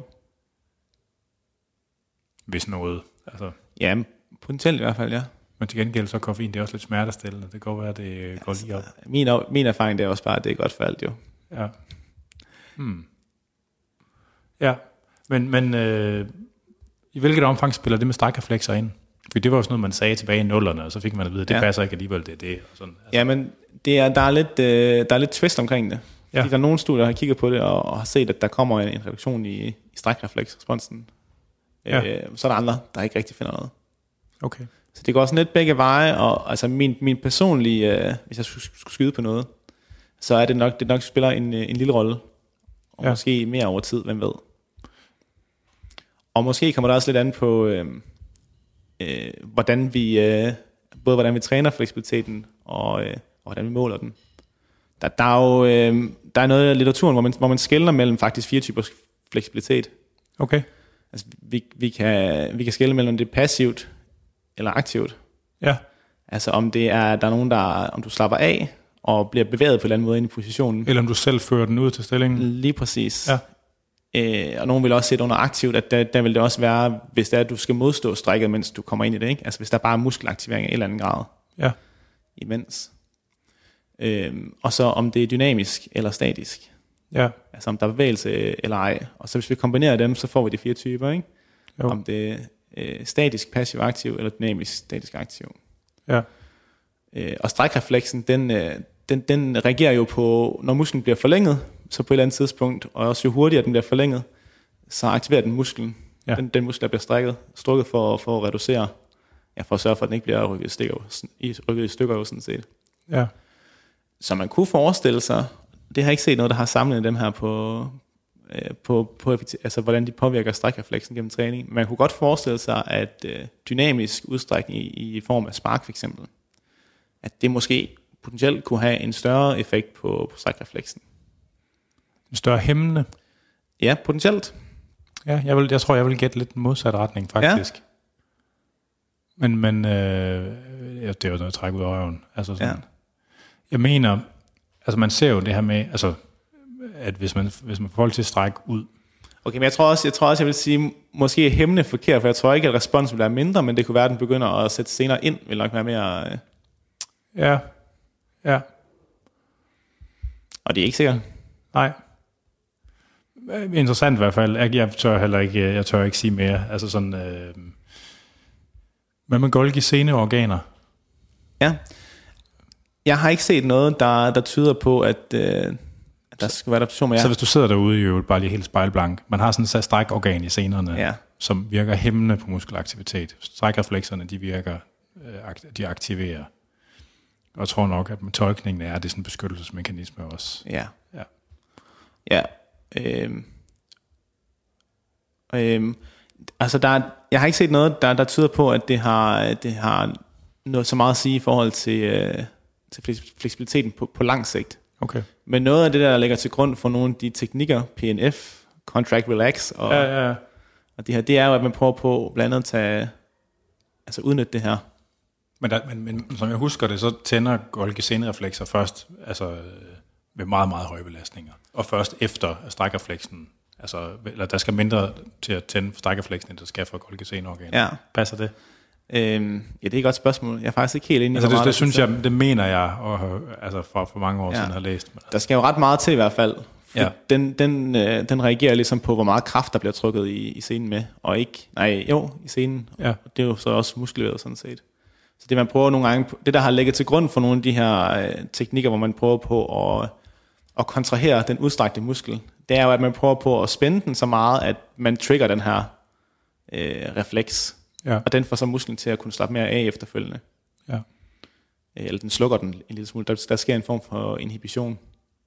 Hvis noget. Altså. Ja, potentielt i hvert fald, ja. Men til gengæld så koffein, det er også lidt smertestillende. Det kan være, at det går lige op. Min erfaring det er også bare, at det er godt for alt, jo. Ja. Ja, men i hvilket omfang spiller det med strækreflekser ind? For det var også noget, man sagde tilbage i nullerne, og så fik man at vide, at det passer ikke alligevel, det er det. Og sådan. Altså. Ja, men der er lidt twist omkring det. Ja. Fordi der er nogle studier, der har kigget på det, og har set, at der kommer en reduktion i strækrefleksresponsen. Ja. Så er der andre, der ikke rigtig finder noget. Okay. Så det går også lidt begge veje, og altså min personlige, hvis jeg skulle skyde på noget, så er det nok spiller en lille rolle, og måske mere over tid, hvem ved. Og måske kommer der også lidt an på, hvordan vi træner fleksibiliteten, og hvordan vi måler den. Der er noget af litteraturen, hvor man skelner mellem faktisk 4 typer fleksibilitet. Okay. Altså, vi kan skelne mellem, om det er passivt eller aktivt. Ja. Altså om der er nogen, om du slapper af og bliver bevæget på en eller anden måde ind i positionen. Eller om du selv fører den ud til stillingen. Lige præcis. Ja. Og nogen vil også sætte under aktivt, at der vil det også være, hvis det er, at du skal modstå strækket, mens du kommer ind i det, ikke? Altså hvis der bare er muskelaktivering af en eller anden grad. Ja. Imens. Og så om det er dynamisk eller statisk. Ja. Altså om der er bevægelse eller ej. Og så hvis vi kombinerer dem, så får vi de 4 typer, ikke? Jo. Om det er statisk, passiv, aktiv eller dynamisk, statisk, aktiv. Ja. Og strækrefleksen, den reagerer jo på, når musklen bliver forlænget, så på et eller andet tidspunkt, og også jo hurtigere den bliver forlænget, så aktiverer den musklen. Ja. Den muskel, der bliver strukket for at reducere, for at sørge for, at den ikke bliver rykket i stykker, sådan set. Ja. Så man kunne forestille sig, det har jeg ikke set noget, der har samlet dem her på altså hvordan de påvirker strækrefleksen gennem træning. Man kunne godt forestille sig, at dynamisk udstrækning i form af spark for eksempel, at det måske potentielt kunne have en større effekt på strækrefleksen. En større hæmmende? Ja, potentielt. Ja, jeg tror, jeg vil gætte lidt modsat retning faktisk. Ja. Men det er jo noget at trække ud af røven. Altså sådan, ja. Jeg mener, altså man ser jo det her med, altså at hvis man får folk til at strække ud. Okay, men jeg tror også, jeg vil sige, måske er hæmmende forkert, for jeg tror ikke, at responsen vil være mindre, men det kunne være, at den begynder at sætte senere ind, vil nok være mere... Ja. Og det er ikke sikkert. Nej. Interessant i hvert fald. Jeg tør ikke sige mere. Altså sådan... Hvad med Golgi seneorganer? Ja. Jeg har ikke set noget, der tyder på, at der skal være adaptation med jer. Så hvis du sidder derude, jo bare lige helt spejlblank. Man har sådan et strækorgan i senerne, som virker hæmmende på muskelaktivitet. Strækreflekserne, de virker, de aktiverer. Og jeg tror nok, at med tolkningen er det sådan en beskyttelsesmekanisme også. Ja. Altså jeg har ikke set noget, der tyder på, at det har noget så meget at sige i forhold til fleksibiliteten på lang sigt. Okay. Men noget af det, der ligger til grund for nogle af de teknikker, PNF, Contract Relax og det her, det er jo, at man prøver på blandt andet at udnytte det her. Men som jeg husker det, så tænder Golgi senereflekser først, altså ved meget, meget høje belastninger. Og først efter strækrefleksen, altså eller der skal mindre til at tænde strækrefleksen, end der skal for Golgi senerorganer. Ja. Passer det? Ja, det er et godt spørgsmål. Jeg er faktisk ikke helt inde i altså det synes jeg, det mener jeg, og altså for mange år siden har læst. Men der skal jo ret meget til i hvert fald. Ja. Den reagerer ligesom på, hvor meget kraft der bliver trykket i scenen med, og ikke, i scenen. Ja. Det er jo så også muskelvævet sådan set. Så det man prøver nogle gange, det der har ligget til grund for nogle af de her teknikker, hvor man prøver på at kontrahere den udstrakte muskel, det er jo, at man prøver på at spænde den så meget, at man trigger den her refleks. Ja. Og den får så musklen til at kunne slappe mere af efterfølgende. Ja. Eller den slukker den en lille smule. Der sker en form for inhibition.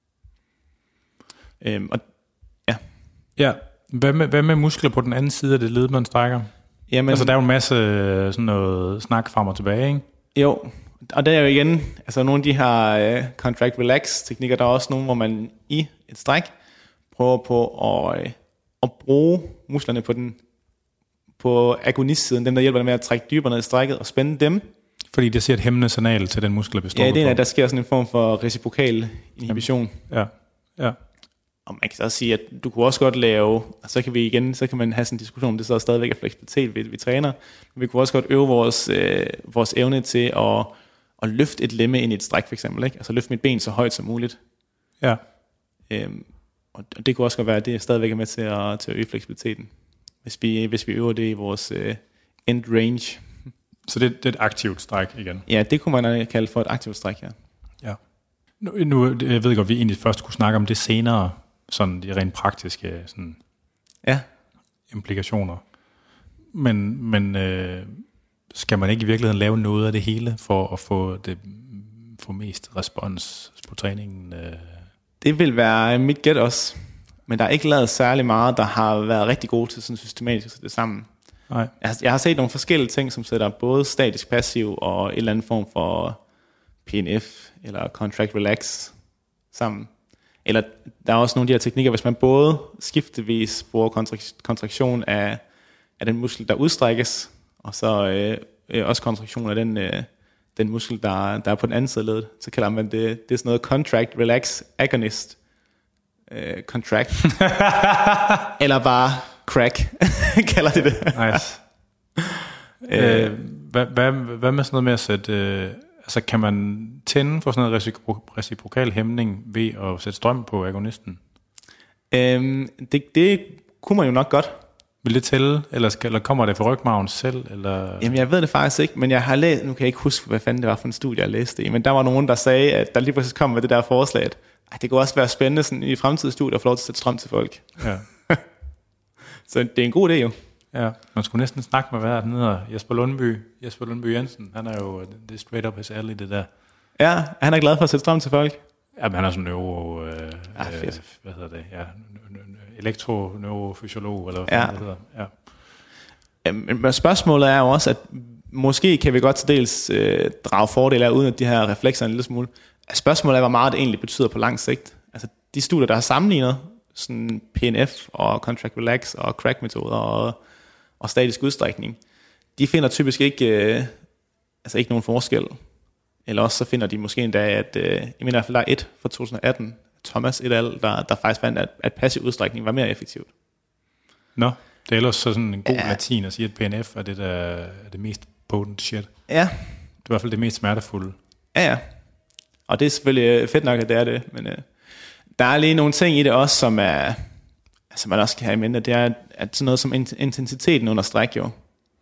Hvad med muskler på den anden side af det led, man strækker? Jamen, altså der er jo en masse sådan noget snak frem og tilbage, ikke? Jo, og der er jo igen, altså nogle af de her contract relax teknikker, der er også nogle, hvor man i et stræk prøver på at bruge musklerne på agonistsiden, dem der hjælper dig med at trække dybere ned i strækket og spænde dem. Fordi det siger et hæmmende signal til den muskel, der består. Ja, det er, at der sker sådan en form for reciprokal inhibition. Ja. Og man kan så også sige, at du kunne også godt lave, og så kan man have sådan en diskussion, om det så stadigvæk er fleksibilitet, vi træner, men vi kunne også godt øve vores evne til at løfte et lemme ind i et stræk, for eksempel, ikke? Altså løfte mit ben så højt som muligt. Ja. Og det kunne også godt være, at det stadigvæk er med til at øge fleksibiliteten, hvis vi øver det i vores end range. Så det er et aktivt stræk igen? Ja, det kunne man kalde for et aktivt stræk, ja. Ja. Nu jeg ved godt, at vi egentlig først kunne snakke om det senere, sådan de rent praktiske sådan implikationer. Men skal man ikke i virkeligheden lave noget af det hele, for at få mest respons på træningen? Det vil være mit gæt også. Men der er ikke lavet særlig meget, der har været rigtig gode til sådan systematisk at sætte det sammen. Nej. Jeg har set nogle forskellige ting, som sætter både statisk passiv og en eller anden form for PNF eller contract relax sammen. Eller der er også nogle af de her teknikker, hvis man både skiftevis bruger kontraktion af den muskel, der udstrækkes, og så også kontraktion af den muskel, der er på den anden side af ledet. Så kalder man det er sådan noget contract relax agonist contract. Eller bare crack, kalder det det. Nice. Hvad med sådan noget med at sætte... altså kan man tænde for sådan noget reciprokal hæmning ved at sætte strøm på agonisten? Det kunne man jo nok godt. Vil det tælle, eller kommer det fra rygmarven selv? Eller? Jamen jeg ved det faktisk ikke, men jeg har læst, nu kan jeg ikke huske, hvad fanden det var for en studie, jeg læste i, men der var nogen, der sagde, at der lige præcis kom med det der forslag, at det kunne også være spændende sådan, i fremtidige studier at få lov til at sætte strøm til folk. Ja. Så det er en god idé jo. Ja, man skulle næsten snakke med, hvad den hedder, Jesper Lundby Jensen. Han er jo, det er straight up his alley, det der. Ja, han er glad for at sætte strøm til folk. Ja, men han er sådan hvad hedder det, ja, elektro-neurofysiolog, eller hvad det hedder. Ja. Men spørgsmålet er jo også, at måske kan vi godt til dels drage fordele af, uden at de her reflekser en lille smule. Spørgsmålet er, hvor meget det egentlig betyder på lang sigt. Altså de studier, der har sammenlignet sådan PNF og contract relax og crack-metoder og statisk udstrækning, de finder typisk ikke nogen forskel. Eller også så finder de måske endda, at jeg mener i hvert fald, der er et fra 2018, Thomas et al, der faktisk fandt, at passiv udstrækning var mere effektivt. Nå, det er ellers sådan en god latin at sige, at PNF er det mest potent shit. Ja. Det er i hvert fald det mest smertefulde. Ja. Og det er selvfølgelig fedt nok, at det er det, men der er lige nogle ting i det også, som er, altså man også kan have i mente, det er, at sådan noget som intensiteten under stræk jo,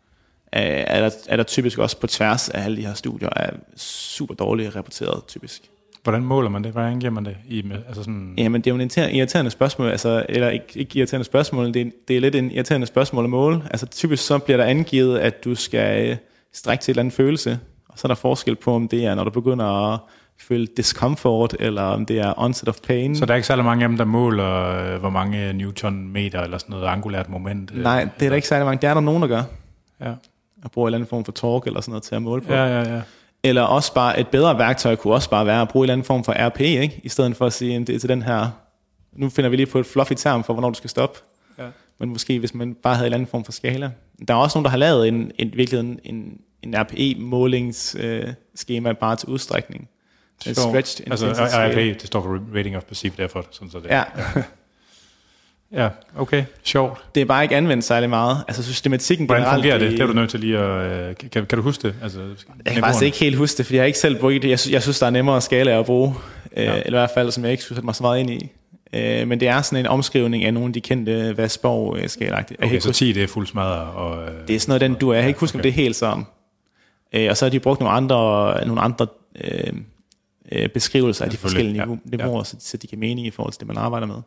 er der typisk også på tværs af alle de her studier, er super dårligt rapporteret typisk. Hvordan måler man det? Hvordan giver man det? Altså sådan... Jamen det er jo en irriterende spørgsmål, altså, eller ikke irriterende spørgsmål, det er lidt en irriterende spørgsmål at måle. Altså typisk så bliver der angivet, at du skal strække til et eller andet følelse, og så er der forskel på, om det er, når du begynder at føle discomfort, eller om det er onset of pain. Så der er ikke særlig mange af dem, der måler, hvor mange newtonmeter, eller sådan noget angulært moment? Nej, det er der ikke særlig mange. Der er der nogen, der gør. Ja. At bruge en eller anden form for torque, eller sådan noget til at måle på. Ja. Eller også bare, et bedre værktøj kunne også bare være at bruge en eller anden form for RP, ikke? I stedet for at sige, det er til den her, nu finder vi lige på et fluffy term for, hvornår du skal stoppe. Ja. Men måske, hvis man bare havde en eller anden form for skala. Der er også nogen, der har lavet en RPE-målingsskema bare til udstrækning. Stretched intensity scale. RPE, det står for Rating of Perceived Effort. Sådan så det. Ja. Ja, okay, sjovt. Det er bare ikke anvendt særlig meget. Altså systematikken generelt... Hvordan fungerer det? Det er du nødt til lige at... Kan du huske det? Altså, jeg kan faktisk ikke helt huske det, fordi jeg har ikke selv brugt det. Jeg synes, der er nemmere skala at bruge. Eller i hvert fald, som jeg ikke skulle sætte mig så meget ind i. Men det er sådan en omskrivning af nogle af de kendte Vasborg-skala-agtige. Okay, så 10 det er fuld smadret. Og, det er sådan noget, den du er. Jeg kan ikke huske, om det er helt sådan. Og så har de brugt nogle andre beskrivelser af de forskellige niveauer, så de kan mening i forhold til det, man arbejder med.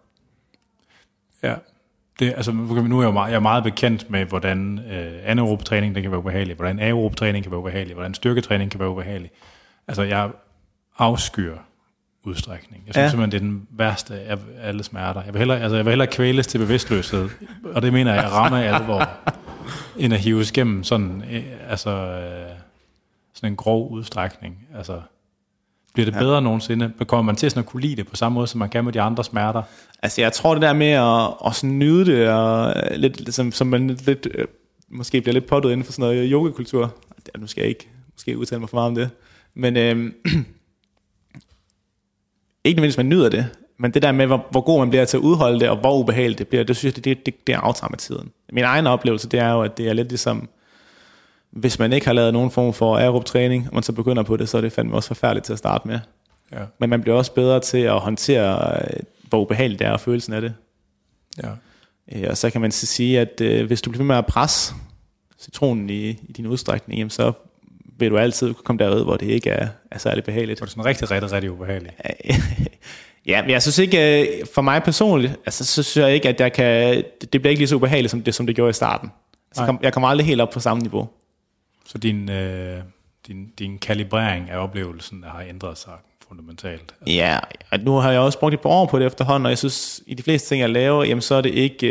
Ja, nu er jeg meget bekendt med, hvordan anaerob træning det kan være ubehagelig, hvordan aerob træning kan være ubehagelig, hvordan styrketræning kan være ubehagelig. Altså, jeg afskyr udstrækning. Jeg synes simpelthen, det er den værste af alle smerter. Jeg vil hellere kvæles til bevidstløshed, og det mener jeg ramme alvor, end at hives gennem sådan en grov udstrækning. Altså, Bliver det bedre nogensinde? Kommer man til sådan at kunne lide det på samme måde, som man kan med de andre smerter? Altså, jeg tror det der med at sådan nyde det, og lidt, som man lidt, måske bliver lidt pådød inden for sådan noget yogakultur. Nu skal jeg ikke måske udtale mig for meget om det. Men ikke nødvendigvis, man nyder det, men det der med, hvor god man bliver til at udholde det, og hvor ubehageligt det bliver, det synes jeg, det aftager med tiden. Min egen oplevelse, det er jo, at det er lidt ligesom, hvis man ikke har lavet nogen form for aerob træning, og man så begynder på det, så er det fandme også forfærdeligt til at starte med. Ja. Men man bliver også bedre til at håndtere, hvor ubehageligt det er, og følelsen af det. Ja. Og så kan man så sige, at hvis du bliver med at presse citronen i din udstrækning, jamen så vil du altid komme derud, hvor det ikke er særlig behageligt. Hvor det er sådan rigtig ubehageligt. Ja, men jeg synes ikke, for mig personligt, altså så synes jeg ikke, at jeg kan, det bliver ikke lige så ubehageligt, som det gjorde i starten. Så jeg kommer aldrig helt op på samme niveau. Så din kalibrering af oplevelsen har ændret sig fundamentalt? Altså. Ja, og nu har jeg også brugt et par år på det efterhånden, og jeg synes, i de fleste ting, jeg laver, jamen så er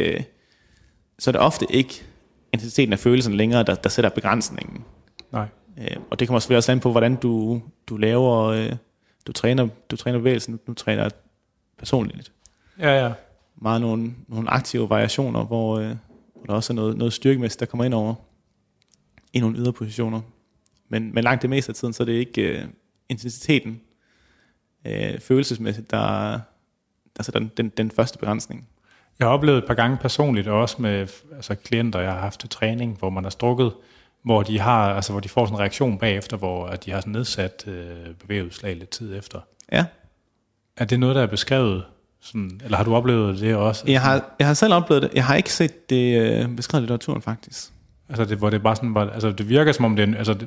det ofte ikke intensiteten af følelsen længere, der sætter begrænsningen. Nej. Og det kommer selvfølgelig også an på, hvordan du laver, du træner bevægelsen, du træner personligt. Ja. Meget nogle aktive variationer, hvor der også er noget styrkemæssigt, der kommer ind over i nogle yderpositioner. Men langt det meste af tiden, så er det ikke intensiteten følelsesmæssigt, der sætter den første begrænsning. Jeg har oplevet et par gange personligt, og også med klienter, jeg har haft til træning, hvor man har strukket, hvor de får sådan en reaktion bagefter, hvor de har sådan nedsat bevægeudslag lidt tid efter. Ja. Er det noget, der er beskrevet? Sådan, eller har du oplevet det også? Jeg har selv oplevet det. Jeg har ikke set det beskrevet i litteraturen, faktisk. Altså, hvor det bare sådan, det virker som om det,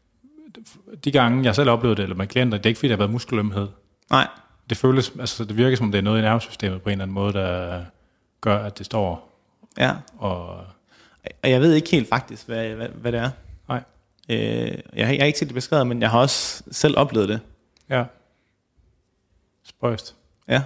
de gange, jeg selv oplevede det, eller med klienter, det er ikke fordi, der har været muskelømhed. Nej. Det føles, det virker som om det er noget i nervesystemet på en eller anden måde, der gør, at det står. Ja. Og jeg ved ikke helt faktisk, hvad det er. Nej. Jeg har ikke set det beskrevet, men jeg har også selv oplevet det. Ja. Spøjst. Ja.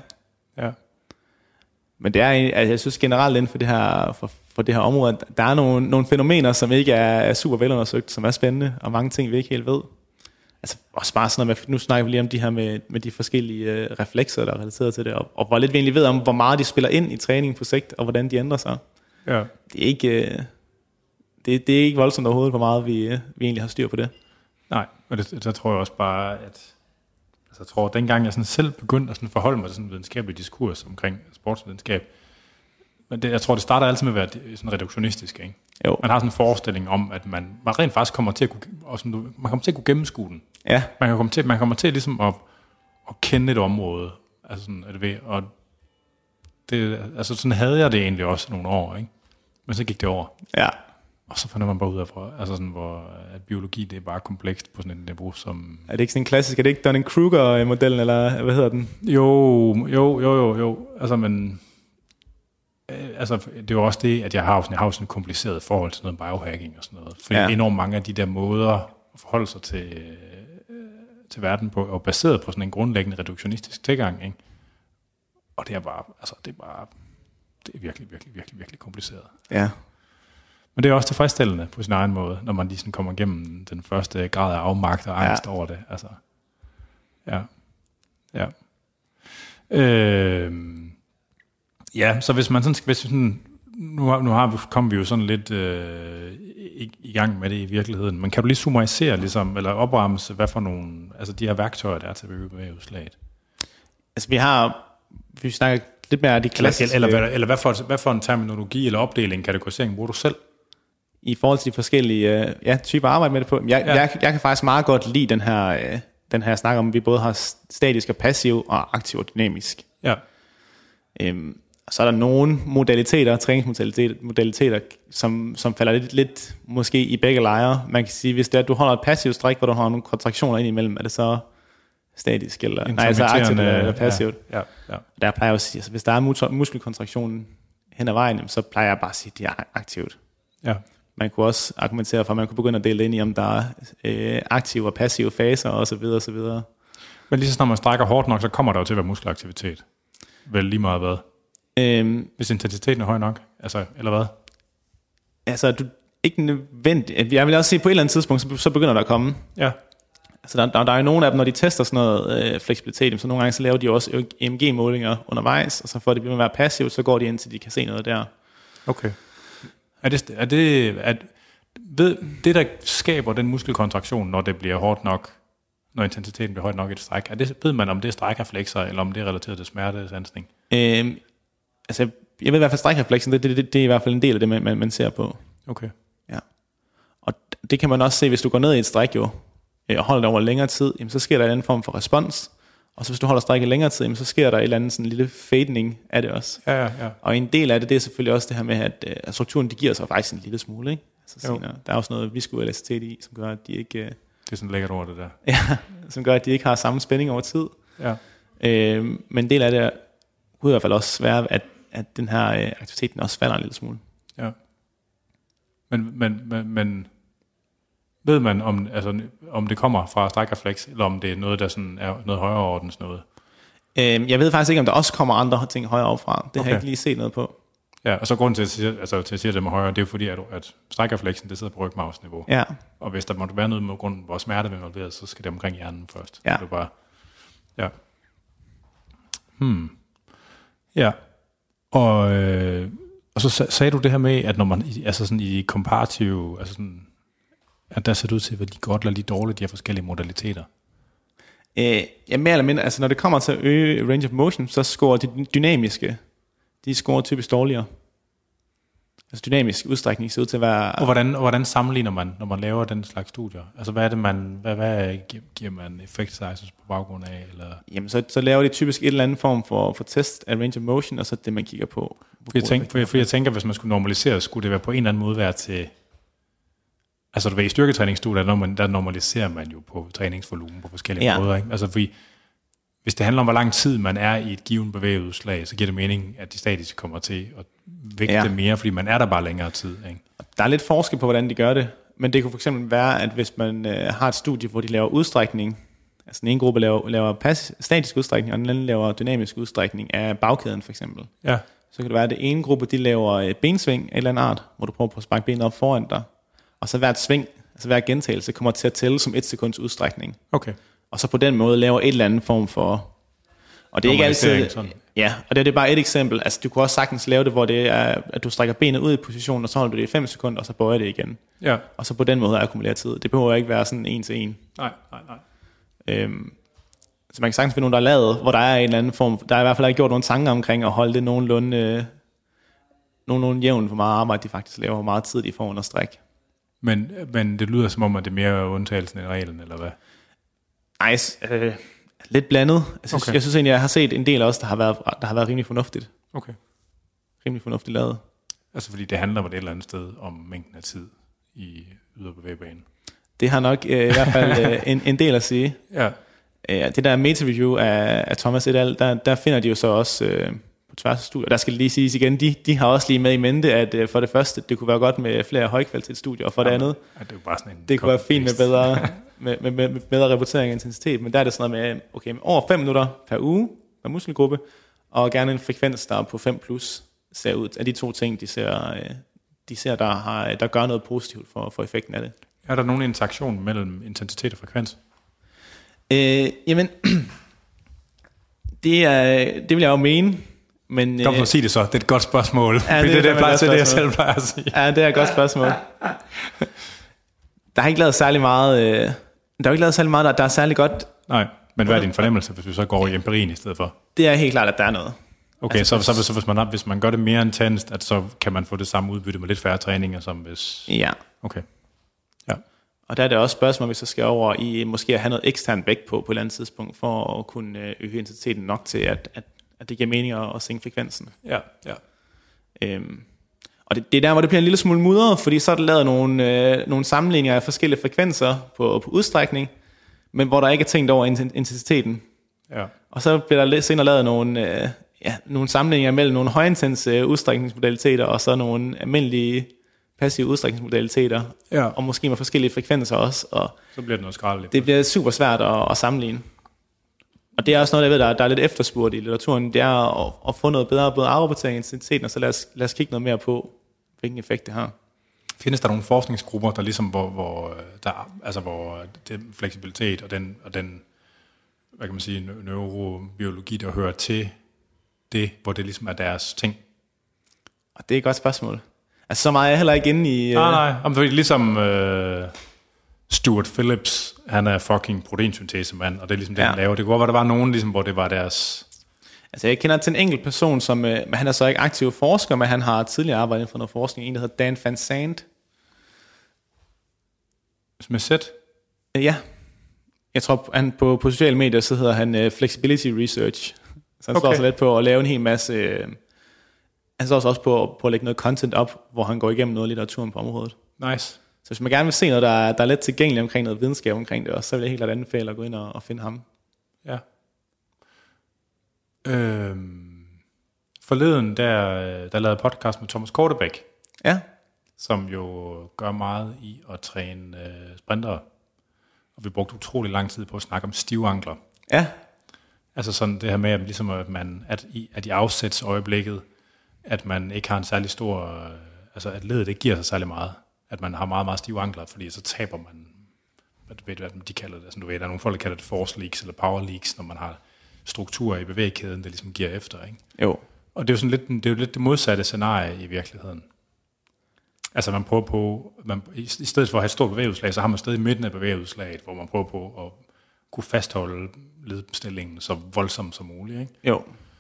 Men det er, altså jeg synes generelt inden for det her område, der er nogle fænomener, som ikke er super velundersøgt, som er spændende, og mange ting, vi ikke helt ved. Altså også bare sådan noget med, nu snakker vi lige om de her med de forskellige reflekser, der er relateret til det, og hvor lidt vi egentlig ved om, hvor meget de spiller ind i træningen på sigt, og hvordan de ændrer sig. Ja. Det er ikke... Det er ikke voldsomt overhovedet, hvor meget vi egentlig har styr på det. Nej, og det tror jeg også bare, at jeg tror, at dengang jeg sådan selv begyndte at sådan forholde mig til sådan en videnskabelig diskurs omkring sportsvidenskab, men jeg tror, det starter altid med at være sådan reduktionistisk, ikke? Jo. Man har sådan en forestilling om, at man rent faktisk kommer til at kunne gennemskue den. Ja. Man kommer til ligesom at kende et område, altså sådan, er det ved, og det, altså sådan havde jeg det egentlig også nogle år, ikke? Men så gik det over. Ja. Og så finder man bare ud af, at biologi, det er bare komplekst på sådan et niveau, som... Er det ikke sådan en klassisk, er det ikke Dunning-Kruger-modellen, eller hvad hedder den? Jo. Altså, men... Altså, det er jo også det, at jeg har sådan et kompliceret forhold til noget biohacking og sådan noget. Fordi enormt mange af de der måder at forholde sig til verden på, er baseret på sådan en grundlæggende reduktionistisk tilgang, ikke? Og det er bare... Altså, det er virkelig, virkelig, virkelig, virkelig kompliceret. Ja. Men det er også tilfredsstillende på sin egen måde, når man lige sådan kommer igennem den første grad af afmagt og angst over det. Altså, ja, så hvis man sådan, kommer vi jo sådan lidt i gang med det i virkeligheden, men kan du lige summarisere ligesom, eller opremse, hvad for nogle, altså de her værktøjer, der er til bevægeudslaget? Altså vi snakker lidt mere af de klassiske... Eller hvad for en terminologi eller opdeling, kategorisering bruger du selv? I forhold til de forskellige typer arbejde med det på. Jeg kan faktisk meget godt lide den her snak om, at vi både har statisk og passiv, og aktiv og dynamisk. Ja. Så er der nogle træningsmodaliteter, som falder lidt måske i begge lejre. Man kan sige, hvis det er, at du holder et passivt stræk, hvor du har nogle kontraktioner ind imellem, er det så statisk eller så aktivt eller passivt. Ja. Der plejer jeg at sige, altså, hvis der er muskelkontraktion hen ad vejen, så plejer jeg bare at sige, at det er aktivt. Ja. Man kunne også argumentere for, at man kunne begynde at dele ind i, om der er aktive og passive faser osv. osv. Men lige så når man strækker hårdt nok, så kommer der jo til at være muskelaktivitet. Vel lige meget hvad? Hvis intensiteten er høj nok, altså, eller hvad? Altså, ikke nødvendigt. Jeg vil også sige, på et eller andet tidspunkt, så begynder der at komme. Ja. Altså der er jo nogle af dem, når de tester sådan noget fleksibilitet, så nogle gange så laver de også EMG-målinger undervejs, og så får det blive med at være passivt, så går de ind til de kan se noget der. Okay. Er det der skaber den muskelkontraktion, når det bliver hårdt nok, når intensiteten bliver højt nok i et stræk, ved man, om det er strækreflekser, eller om det er relateret til smertesansning? Altså, jeg ved i hvert fald, strækrefleksen, det er i hvert fald en del af det, man ser på. Okay. Ja. Og det kan man også se, hvis du går ned i et stræk jo, og holder det over længere tid, jamen, så sker der en anden form for respons. Og så hvis du holder strækket længere tid, jamen, så sker der et eller andet sådan en lille fading af det også. Ja. Og en del af det er selvfølgelig også det her med, at strukturen de giver sig faktisk en lille smule. Ikke? Altså, senere, der er også noget viskoelasticitet i, som gør, at de ikke... Det er sådan lækkert ord, det der. Ja, som gør, at de ikke har samme spænding over tid. Ja. Men en del af det kunne i hvert fald også være, at den her aktiviteten også falder en lille smule. Ja. Men ved man, om det kommer fra strækrefleks, eller om det er noget, der sådan er noget højere ordens noget? Jeg ved faktisk ikke, om der også kommer andre ting højere opfra. Det har jeg ikke lige set noget på. Ja, og så grunden til at sige det med højere, det er jo fordi, at strækrefleksen, det sidder på rygmarvsniveau. Ja. Og hvis der måtte være noget med grunden, hvor smerte er involveret, så skal det omkring hjernen først. Ja. Det er bare, ja. Ja. Og så sagde du det her med, at når man, altså sådan i komparative, altså sådan, at der ser det ud til, at de godt eller lige dårligt, de her forskellige modaliteter. Ja, mere eller mindre. Altså når det kommer til at øge range of motion, så scorer de dynamiske, de scorer typisk dårligere. Altså dynamisk udstrækning ser ud til at være... Og hvordan sammenligner man, når man laver den slags studier? Altså hvad er det hvad giver man effect sizes på baggrund af? Eller? Jamen så laver de typisk et eller andet form for test af range of motion, og så det man kigger på. For jeg tænker, hvis man skulle normalisere, skulle det være på en eller anden måde være til... Altså du ved, i styrketræningsstudier, der normaliserer man jo på træningsvolumen på forskellige måder. Ikke? Altså fordi, hvis det handler om, hvor lang tid man er i et givet bevægeudslag, så giver det mening, at de statiske kommer til at vægte mere, fordi man er der bare længere tid. Ikke? Der er lidt forskel på, hvordan de gør det, men det kunne for eksempel være, at hvis man har et studie, hvor de laver udstrækning, altså den ene gruppe laver statisk udstrækning, og den anden laver dynamisk udstrækning af bagkæden for eksempel. Ja. Så kan det være, at det ene gruppe, de laver bensving af en eller anden art, hvor du prøver på at sparke benet op foran dig, og så hvert sving, altså hver gentagelse, kommer til at tælle som 1 sekunds udstrækning. Okay. Og så på den måde laver et eller andet form for... Og det er ikke altid... Sådan. Ja, og det er bare et eksempel. Altså du kunne også sagtens lave det, hvor det er, at du strækker benet ud i positionen, og så holder du det i 5 sekunder, og så bøjer det igen. Ja. Og så på den måde akkumulere tid. Det behøver ikke være sådan en til en. Nej. Så man kan sagtens finde nogen, der er lavet, hvor der er en eller anden form... Der er i hvert fald ikke gjort nogle tanker omkring at holde det nogenlunde jævn, hvor meget arbejde de faktisk laver, hvor meget tid de får under stræk. Men det lyder som om, at det er mere undtagelsen end reglen, eller hvad? Lidt blandet. Altså, Okay. Jeg synes egentlig, jeg har set en del også, der har været rimelig fornuftigt. Okay. Rimelig fornuftigt lavet. Altså fordi det handler på et eller andet sted om mængden af tid i yderbevægebanen. Det har nok i hvert fald en del at sige. Ja. Det der meta-review af Thomas et al, der finder de jo så også på tværs af studier. Der skal lige siges igen, de har også lige med i mente, at for det første, det kunne være godt med flere højkvalitetsstudier, og for det andet, det er jo bare sådan en det kunne være fint med bedre, med bedre rapportering af intensitet, men der er det sådan noget med, okay, med over 5 minutter per uge per muskelgruppe, og gerne en frekvens, der er på 5+, ser ud af de to ting, de ser der gør noget positivt for effekten af det. Er der nogen interaktion mellem intensitet og frekvens? Jamen, det vil jeg jo mene, men... Kom for at sige det så, det er et godt spørgsmål. Ja, det er det, jeg selv plejer at sige. Ja, det er et godt spørgsmål. Der har ikke lavet særlig meget... Der er særlig godt... Nej, men hvad er din fornemmelse, hvis vi så går i empirien i stedet for? Det er helt klart, at der er noget. Okay, altså, så hvis man gør det mere intenst, at så kan man få det samme udbytte med lidt færre træninger, som hvis... Ja. Okay. Ja. Og der er det også spørgsmål, hvis så skal over i måske at have noget ekstern vægt på et eller andet tidspunkt, for at kunne øge intensiteten nok til, at det giver mening at sænke frekvensen. Ja. Og det er der, hvor det bliver en lille smule mudret, fordi så er der lavet nogle sammenligninger af forskellige frekvenser på udstrækning, men hvor der ikke er tænkt over intensiteten. Ja. Og så bliver der senere lavet nogle sammenligninger mellem nogle højintense udstrækningsmodaliteter og så nogle almindelige passive udstrækningsmodaliteter, og måske med forskellige frekvenser også. Og så bliver det noget skraldeligt. Det bliver super svært at sammenligne. Og det er også noget, jeg ved, der er lidt efterspurgt i litteraturen, det er at få noget bedre både afrapportering og intensiteten, og så lad os kigge noget mere på, hvilken effekt det har. Findes der nogle forskningsgrupper, der ligesom, hvor det fleksibilitet og den hvad kan man sige, neurobiologi, der hører til det, hvor det ligesom er deres ting? Og det er et godt spørgsmål. Altså, så meget er jeg heller ikke inde i... Nej. Ligesom Stuart Phillips, han er fucking proteinsyntesemand, og det er ligesom det, han laver. Det kunne godt være, der var nogen, ligesom, hvor det var deres... Altså, jeg kender til en enkelt person, som han er så ikke aktiv forsker, men han har tidligere arbejdet inden for noget forskning. En, der hedder Dan Van Zandt. Med sæt? Ja. Jeg tror, han på sociale medier, så hedder han Flexibility Research. Så han står så lidt på at lave en hel masse... han står også på at lægge noget content op, hvor han går igennem noget litteraturen på området. Nice. Så hvis man gerne vil se noget, der er lidt tilgængeligt omkring noget videnskab omkring det også, så vil jeg helt klart anbefale at gå ind og finde ham. Ja. Forleden, der lavede podcast med Thomas Kortebæk. Ja. Som jo gør meget i at træne sprintere. Og vi brugte utrolig lang tid på at snakke om stive ankler. Ja. Altså sådan det her med, ligesom at i afsætsøjeblikket, at man ikke har en særlig stor... altså at ledet ikke giver sig særlig meget. At man har meget, meget stive ankler, fordi så taber man... Hvad de kalder det? Altså, du ved, der er nogle folk, der kalder det force leaks eller power leaks, når man har strukturer i bevægkæden, der ligesom giver efter, ikke? Jo. Og det er jo sådan lidt det modsatte scenarie i virkeligheden. Altså man prøver på, i stedet for at have et stort bevægeudslag, så har man stadig midten af bevægeudslaget, hvor man prøver på at kunne fastholde ledstillingen så voldsomt som muligt, ikke? Jo.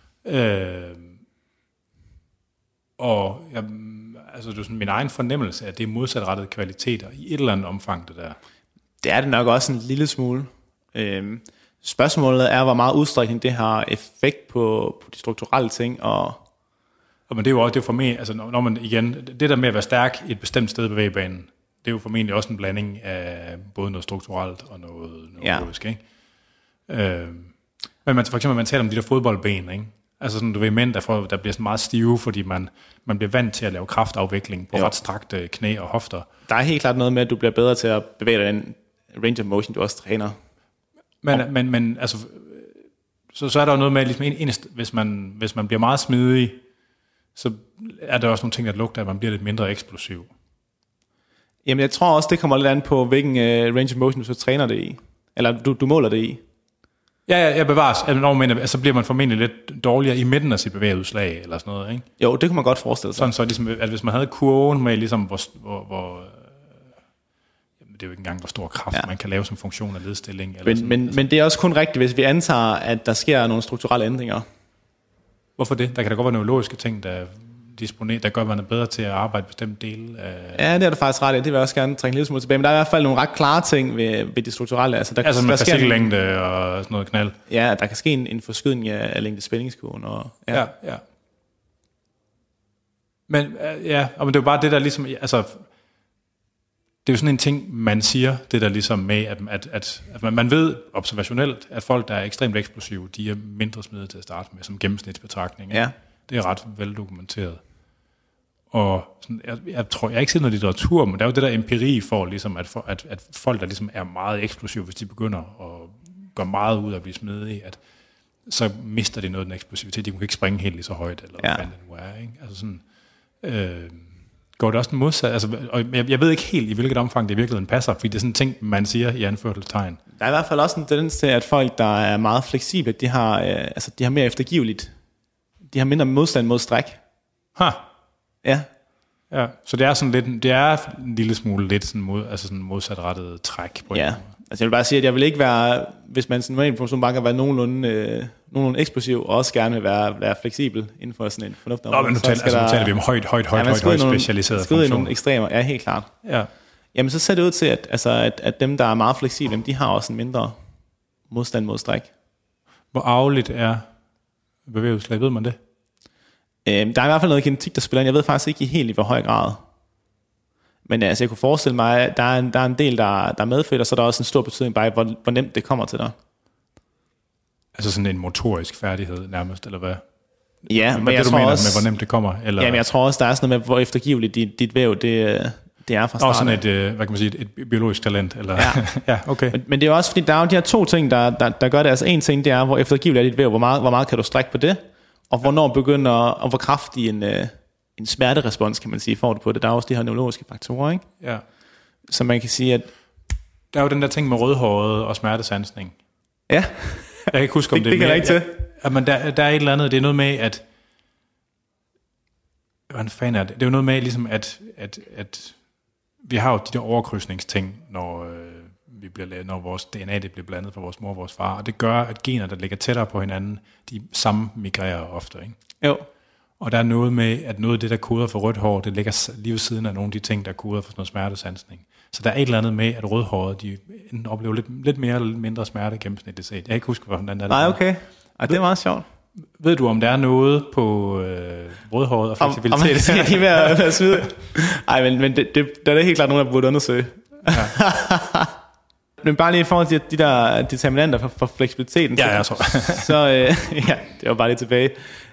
Altså det er sådan min egen fornemmelse, at det er modsatrettede kvaliteter i et eller andet omfang, det der. Det er det nok også en lille smule. Spørgsmålet er, hvor meget udstrækning det har effekt på de strukturelle ting. Men det er jo også, det er for mig, altså når man igen, det der med at være stærk i et bestemt sted i bevægebanen, det er jo formentlig også en blanding af både noget strukturelt og noget logisk, ikke? Men for eksempel, man taler om de der fodboldben, ikke? Altså sådan, du ved, mænd, der bliver sådan meget stive, fordi man bliver vant til at lave kraftafvikling på ret strakte knæ og hofter. Der er helt klart noget med, at du bliver bedre til at bevæge dig den range of motion, du også træner. Men altså, så er der jo noget med, ligesom, hvis man bliver meget smidig, så er der også nogle ting, der lugter, at man bliver lidt mindre eksplosiv. Jamen, jeg tror også, det kommer lidt an på, hvilken range of motion du så træner det i. Eller du måler det i. Ja, bevares. Så bliver man formentlig lidt dårligere i midten af sit bevægeudslag, eller sådan noget, ikke? Jo, det kunne man godt forestille sig. Sådan så ligesom, at hvis man havde kurven med, ligesom, hvor det er jo ikke engang, hvor stor kraft man kan lave som funktion af ledstilling. Eller men det er også kun rigtigt, hvis vi antager, at der sker nogle strukturelle ændringer. Hvorfor det? Der kan da godt være neurologiske ting, der gør, at man er bedre til at arbejde bestemt del af... Ja, det er du faktisk ret i. Det vil jeg også gerne trænge en lille smule tilbage. Men der er i hvert fald nogle ret klare ting ved de strukturelle. Altså med fascikellængde og sådan noget knald. Ja, der kan ske en forskydning af længde spændingskurven. Ja. Men det er jo bare det, der ligesom... Altså, det er jo sådan en ting, man siger, det der ligesom med, at man ved observationelt, at folk, der er ekstremt eksplosive, de er mindre smidige til at starte med, som gennemsnitsbetragtning. Ja. Det er ret veldokumenteret. Og sådan, jeg tror, jeg har ikke set noget litteratur, men der er jo det der empiri for, ligesom, at folk, der ligesom er meget eksplosive, hvis de begynder at gøre meget ud af at blive smidige, at så mister de noget af den eksplosivitet. De kan ikke springe helt lige så højt, eller hvad det nu er, ikke? Altså sådan... går det også den modsatte? Altså, og jeg ved ikke helt, i hvilket omfang det i virkeligheden passer, fordi det er sådan en ting, man siger i anførselstegn. Der er i hvert fald også en tendens til, at folk, der er meget fleksible, de har mere eftergiveligt. De har mindre modstand mod stræk. Ja. Ja, så det er sådan lidt, det er en lille smule lidt sådan modsatrettet træk på en måde. Altså jeg vil bare sige, at jeg vil ikke være, hvis man sådan en person bare kan være nogenlunde eksplosiv, og også gerne vil være fleksibel inden for sådan en fornuftig område. Men nu taler vi om højt specialiseret funktion. I nogle ekstremer, ja, helt klart. Ja. Jamen så ser det ud til, at dem, der er meget fleksible, de har også en mindre modstand mod stræk. Hvor arveligt er bevægeudslag, ved man det? Der er i hvert fald noget genetik, der spiller ind. Jeg ved faktisk ikke helt i hvor høj grad. Men altså, jeg kunne forestille mig, at der er en del, der er medfødt, og så er der også en stor betydning bare, hvor nemt det kommer til dig. Altså sådan en motorisk færdighed nærmest, eller hvad? Ja, men jeg tror også... med, hvor nemt det kommer? Eller? Jamen, jeg tror også, der er sådan noget med, hvor eftergiveligt dit væv, det er fra starten. Også sådan et, hvad kan man sige, et biologisk talent? Eller? Ja. Ja, okay. Men det er også, fordi der er jo de her to ting, der gør det. Altså en ting, det er, hvor eftergiveligt er dit væv, hvor meget kan du strække på det, og hvornår begynder, og hvor kraftig en smerterespons, kan man sige, får du på det. Der er også de her neurologiske faktorer, ikke? Ja. Så man kan sige, at... Der er jo den der ting med rødhåret og smertesansning. Ja. Jeg kan ikke huske, om det kan jeg ikke til. Ja, men der er et eller andet, det er noget med, at... Hvordan fanden er det? Det er jo noget med, ligesom at vi har jo de der overkrydsningsting, når når vores DNA det bliver blandet fra vores mor og vores far, og det gør, at gener, der ligger tættere på hinanden, de sammigrerer ofte, ikke? Jo. Og der er noget med, at noget af det, der koder for rødt hår, det ligger lige ved siden af nogle af de ting, der koder for sådan noget smertesansning. Så der er et eller andet med, at rødhåret, de oplever lidt mere eller lidt mindre smerte gennemsnitligt set. Jeg kan ikke huske, hvordan den er. Nej, okay. Ej, det er meget sjovt. Ved du, om der er noget på rødhåret og fleksibilitet? Om de er ved at svide. Ej, men der er helt klart nogen, der burde undersøge. Ja. Men bare lige i forhold til de der determinanter for fleksibiliteten. Ja, jeg tror. Ja, det var bare lige tilbage.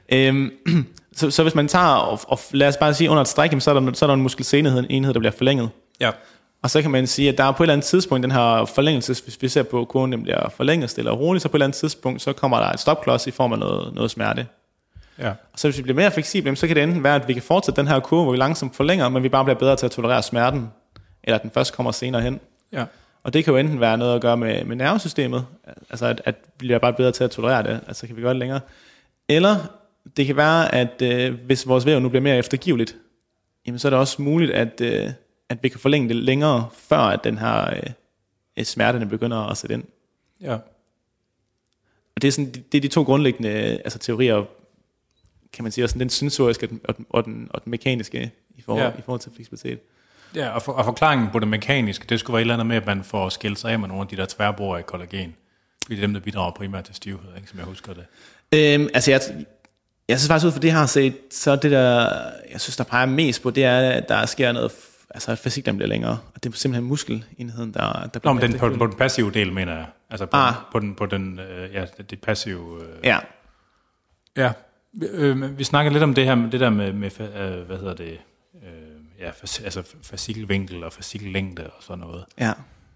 Så hvis man tager, og lad os bare sige under et stræk, så er der en muskelsenenhed, der bliver forlænget. Ja. Og så kan man sige, at der er på et eller andet tidspunkt, den her forlængelse, hvis vi ser på kurven, den bliver forlænget stille og roligt, så på et eller andet tidspunkt, så kommer der et stopklods i form af noget smerte. Ja. Og så hvis vi bliver mere fleksible, så kan det enten være, at vi kan fortsætte den her kurve, hvor vi langsomt forlænger, men vi bare bliver bedre til at tolerere smerten, eller at den først kommer senere hen. Ja. Og det kan jo enten være noget at gøre med nervesystemet, altså at vi bliver bare bedre til at tolerere det, altså kan vi gøre det længere. Eller det kan være, at hvis vores væv nu bliver mere eftergiveligt, jamen så er det også muligt, at vi kan forlænge det længere, før at den her smerterne begynder at sætte ind. Ja. Og det er de to grundlæggende teorier, kan man sige, også den sensoriske og den mekaniske i forhold til fleksibilitet. Ja, og forklaringen på det mekaniske, det skulle være et eller andet med, at man får skilt sig af med nogle af de der tværborer i kollagen. Fordi det er dem, der bidrager primært til stivhed, ikke, som jeg husker det. Jeg synes faktisk ud fra det, jeg har set, så det der, jeg synes, der peger mest på, det er, at der sker noget, altså at fasciklen bliver længere. Og det er simpelthen muskelenheden, der bliver... Nå, men på den passive del, mener jeg. Altså på den det passive... Ja, vi snakker lidt om det her, det der med hvad hedder det... altså fascikelvinkel og fascikellængde og sådan noget. Ja.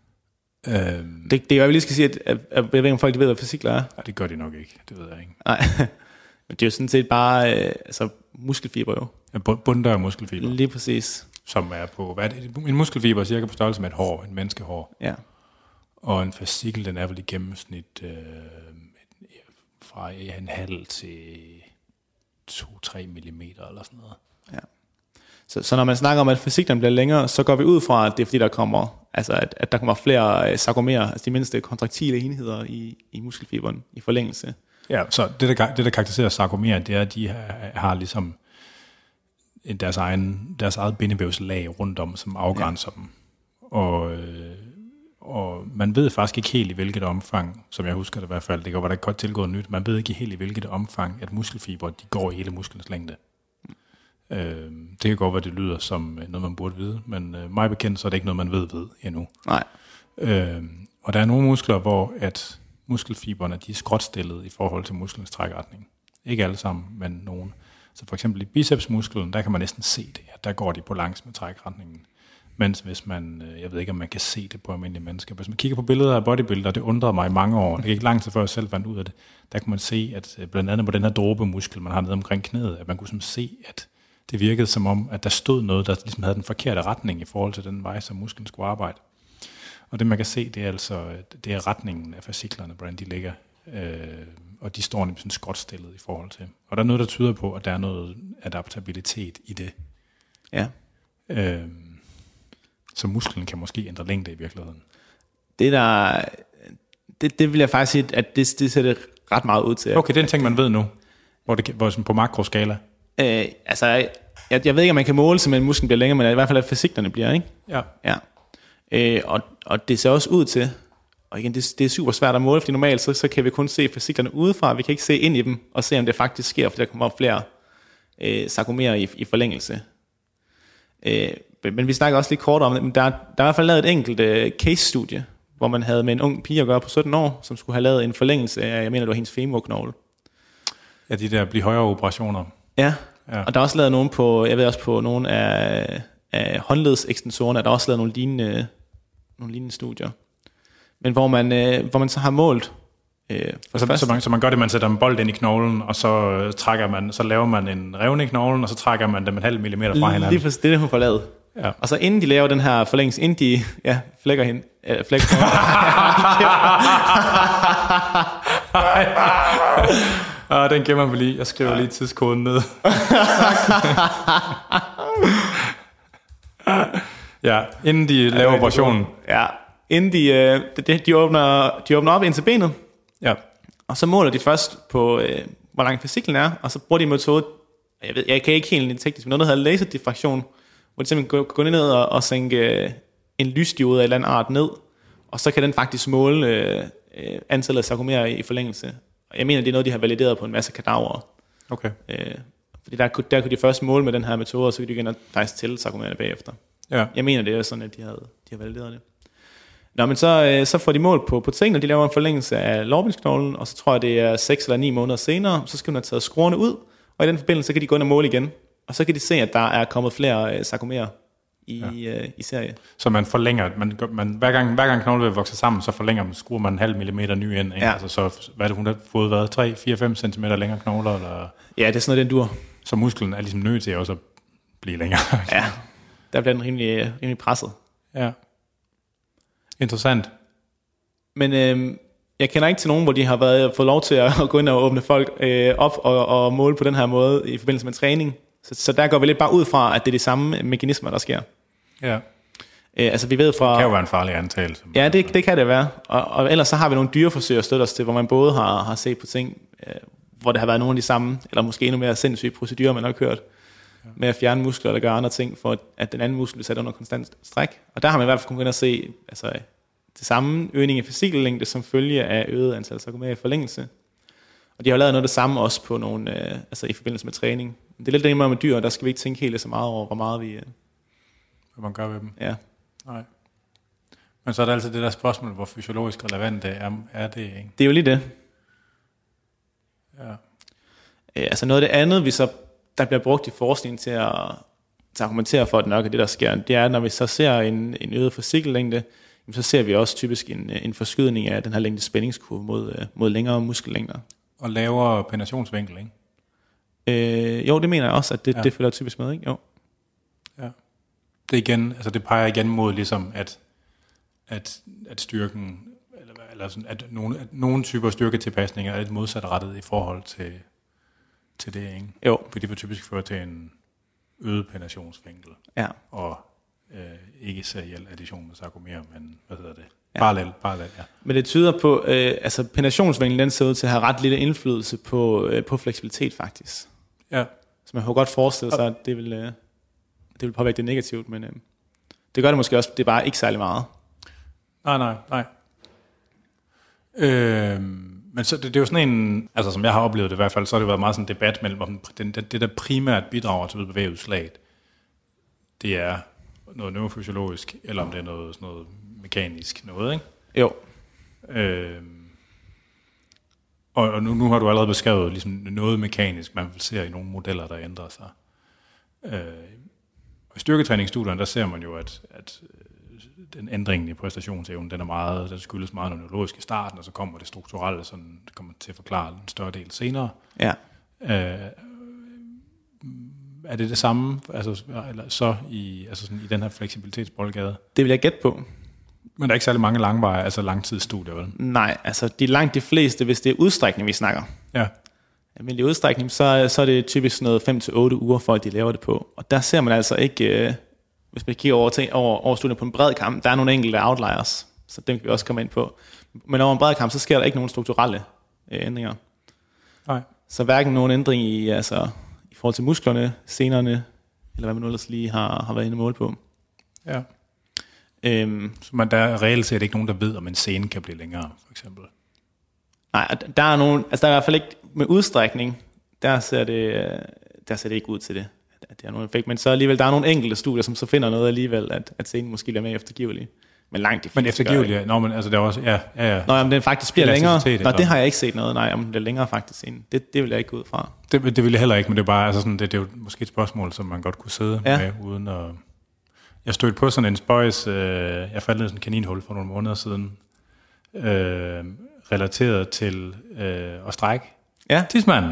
Det er jo, jeg lige skal sige, at jeg ved ikke, om folk ved, hvad fascikler er. Nej, det gør de nok ikke. Det ved jeg ikke. Nej, men det er jo sådan set bare muskelfiber jo. Ja, bunddør muskelfiber. Lige præcis. Som er på, hvad er det? En muskelfiber er cirka på størrelse med et hår, en menneskehår. Ja. Og en fascikel, den er vel i gennemsnit fra en halv til 2-3 millimeter eller sådan noget. Ja. Så når man snakker om, at fasciklen bliver længere, så går vi ud fra, at det er fordi, der kommer, at der kommer flere sarkomerer, altså de mindste kontraktile enheder i muskelfiberen i forlængelse. Ja, så det der karakteriserer sarkomerer, det er, at de har ligesom deres eget bindevævslag rundt om, som afgrænser dem. Og man ved faktisk ikke helt i hvilket omfang, som jeg husker det i hvert fald, det var der godt tilgået nyt, man ved ikke helt i hvilket omfang, at muskelfibre, de går i hele musklens længde. Det kan godt være, det lyder som noget, man burde vide, men mig bekendt, så er det ikke noget, man ved endnu. Nej. Og der er nogle muskler, hvor at muskelfiberne, de er skråtstillet i forhold til musklens trækretning. Ikke alle sammen, men nogle. Så for eksempel i bicepsmusklen, der kan man næsten se det, at der går de på langs med trækretningen. Mens hvis man, jeg ved ikke, om man kan se det på almindelige mennesker, hvis man kigger på billeder af bodybuilder, det undrede mig i mange år, det gik ikke lang tid før jeg selv fandt ud af det, der kan man se, at blandt andet på den her dråbemuskel, man har nede omkring knæet, at man kunne se, at det virkede som om, at der stod noget, der ligesom havde den forkerte retning i forhold til den vej, som musklen skulle arbejde. Og det man kan se, det er altså, det er retningen af fasciklerne, hvordan de ligger, og de står nemlig sådan skråtstillet i forhold til. Og der er noget, der tyder på, at der er noget adaptabilitet i det. Ja. Så musklen kan måske ændre længde i virkeligheden. Det vil jeg faktisk sige, at det ser det ret meget ud til. Okay, det er en ting, man ved nu, hvor på makroskala. Jeg ved ikke, om man kan måle, så musklen bliver længere, men i hvert fald, at fasciklerne bliver, ikke? Ja. Og det ser også ud til, og igen, det er super svært at måle, fordi normalt så kan vi kun se fasciklerne udefra, vi kan ikke se ind i dem, og se, om det faktisk sker, fordi der kommer flere sarkomerer i forlængelse. Men vi snakker også lidt kort om det, men der er i hvert fald lavet et enkelt case-studie, hvor man havde med en ung pige at gøre på 17 år, som skulle have lavet en forlængelse af, jeg mener, det var hendes femurknogle. Ja, de der blive højere operationer. Ja, og der er også lavet nogle på, jeg ved også på nogle af håndledsekstensorerne, der er også lavet nogle lignende studier. Men hvor man så har målt Så man gør det, man sætter en bold ind i knoglen, og så laver man en revne i knoglen, og så trækker man dem 0,5 millimeter fra hinanden. Lige præcis, det er det, hun får lavet. Ja. Og så inden de laver den her forlængelse, inden de flækker hende, den gemmer vi lige. Jeg skriver lige tidskoden ned. Ja, inden de laver operationen. Ja, inden de åbner op ind til benet. Ja. Og så måler de først på, hvor lang fasciklen er, og så bruger de en metode, jeg kan ikke helt teknisk, men noget, der hedder laserdifraktion, hvor de simpelthen går ned og sænke en lysdiode af en eller anden art ned, og så kan den faktisk måle antallet af sarkomerer i forlængelse. Og jeg mener, det er noget, de har valideret på en masse kadaver. Okay. Fordi der kunne de først måle med den her metode, og så kunne de igen faktisk tælle sarkomererne bagefter. Ja. Jeg mener, det er sådan, at de har valideret det. Nå, men så får de mål på tingene, de laver en forlængelse af lårbensknoglen, og så tror jeg, det er 6 eller 9 måneder senere, så skal hun have taget skruerne ud, og i den forbindelse, så kan de gå ind og måle igen. Og så kan de se, at der er kommet flere sarkomerer i serie. Så man forlænger, hver gang knoglen vil vokse sammen, så skruer man 0,5 millimeter ny ind. Ikke? Ja. Altså, så hvad er det, hun har fået, 3, 4, 5 cm længere knogler? Eller? Ja, det er sådan noget, den dur. Så musklen er ligesom nødt til også at blive længere. Ja, der bliver den rimelig presset. Ja. Interessant. Men jeg kender ikke til nogen, hvor de har fået lov til at gå ind og åbne folk op og måle på den her måde i forbindelse med træning. Så der går vi lidt bare ud fra, at det er de samme mekanismer, der sker. Ja. Altså vi ved fra... Det kan jo være en farlig antagelse. Ja, det kan det være. Og ellers så har vi nogle dyreforsøg at støtte os til, hvor man både har set på ting, hvor der har været nogle af de samme, eller måske endnu mere sindssyge procedurer, man har kørt, med at fjerne muskler eller gøre andre ting, for at den anden muskel bliver sat under konstant stræk. Og der har man i hvert fald kunnet gå ind og se det samme øgning i fascikellængde som følge af øget antal sarkomerer i forlængelse. Og de har lavet noget af det samme også på nogle, i forbindelse med træning. Det er lidt det med dyr, og der skal vi ikke tænke helt så meget over, hvor meget vi... Hvad man gør ved dem. Ja. Nej. Men så er der altid det der spørgsmål, hvor fysiologisk relevant det er det, ikke? Det er jo lige det. Ja. Noget af det andet, der bliver brugt i forskning til at argumentere for, at nok er det, der sker, det er, når vi så ser en øget fascikellængde, så ser vi også typisk en forskydning af den her længde spændingskurve mod længere muskellængder. Og lavere penetrationsvinkel, ikke? Jo, det mener jeg også, at det følger typisk med, ikke? Jo. Ja. Det igen, altså det peger igen mod ligesom, at styrken, eller sådan, at nogle typer styrketilpasninger er lidt modsatrettet i forhold til det, ikke? Jo. For det vil typisk føre til en øget penetrationsvinkel. Ja. Og ikke seriel addition med sarkomer, men hvad hedder det? Ja. Parallel, ja. Men det tyder på, penetrationsvinklen, den ser ud til at have ret lille indflydelse på fleksibilitet faktisk. Ja. Så man kan godt forestille sig, at det vil påvirke det negativt, men det gør det måske også, det er bare ikke særlig meget. Nej. Men så det er jo sådan en, altså som jeg har oplevet det i hvert fald, så har det været meget sådan en debat mellem, om det der primært bidrager til bevægeudslaget, det er noget neurofysiologisk, eller om det er noget mekanisk noget, ikke? Jo. Og nu har du allerede beskrevet ligesom noget mekanisk, man ser i nogle modeller, der ændrer sig. Og i styrketræningsstudierne, der ser man jo, at den ændring i præstationsevnen, den skyldes meget neurologisk i starten, og så kommer det strukturelle, sådan det kommer til at forklare en større del senere. Ja. Er det samme, altså, eller så i den her fleksibilitetsboldgade? Det vil jeg gætte på. Men der er ikke særlig mange langveje, altså langtidsstudier, vel? Nej, altså langt de fleste, hvis det er udstrækning, vi snakker. Ja. Men i udstrækning, så er det typisk noget 5 til 8 uger, for at de laver det på. Og der ser man altså ikke, hvis man kigger over studier på en bred kamp, der er nogle enkelte outliers, så dem kan vi også komme ind på. Men over en bred kamp, så sker der ikke nogen strukturelle ændringer. Nej. Så hverken nogen ændring i forhold til musklerne, senerne, eller hvad man nu ellers lige har været inde og måle på. Ja. Så der er reelt set ikke nogen, der ved, om en scene kan blive længere, for eksempel? Nej, der er nogen, altså der er i hvert fald ikke med udstrækning, der ser det ikke ud til det, at det har nogen effekt. Men så alligevel, der er nogle enkelte studier, som så finder noget alligevel, at scenen måske bliver mere eftergivelig. Men langt de fleste. Men eftergivelig, ja. Nå, men altså det er også, ja. Nå, om den faktisk bliver længere. Nå, det har jeg ikke set noget. Nej, om den bliver længere faktisk scenen. Det vil jeg ikke gå ud fra. Det vil jeg heller ikke, men det er bare, altså sådan, det er jo måske et spørgsmål, som man godt kunne sidde med, uden at... Jeg stødte på sådan en spøjs, jeg faldt ned i sådan en kaninhul for nogle måneder siden. relateret til at strække. Ja. Tidsmanden.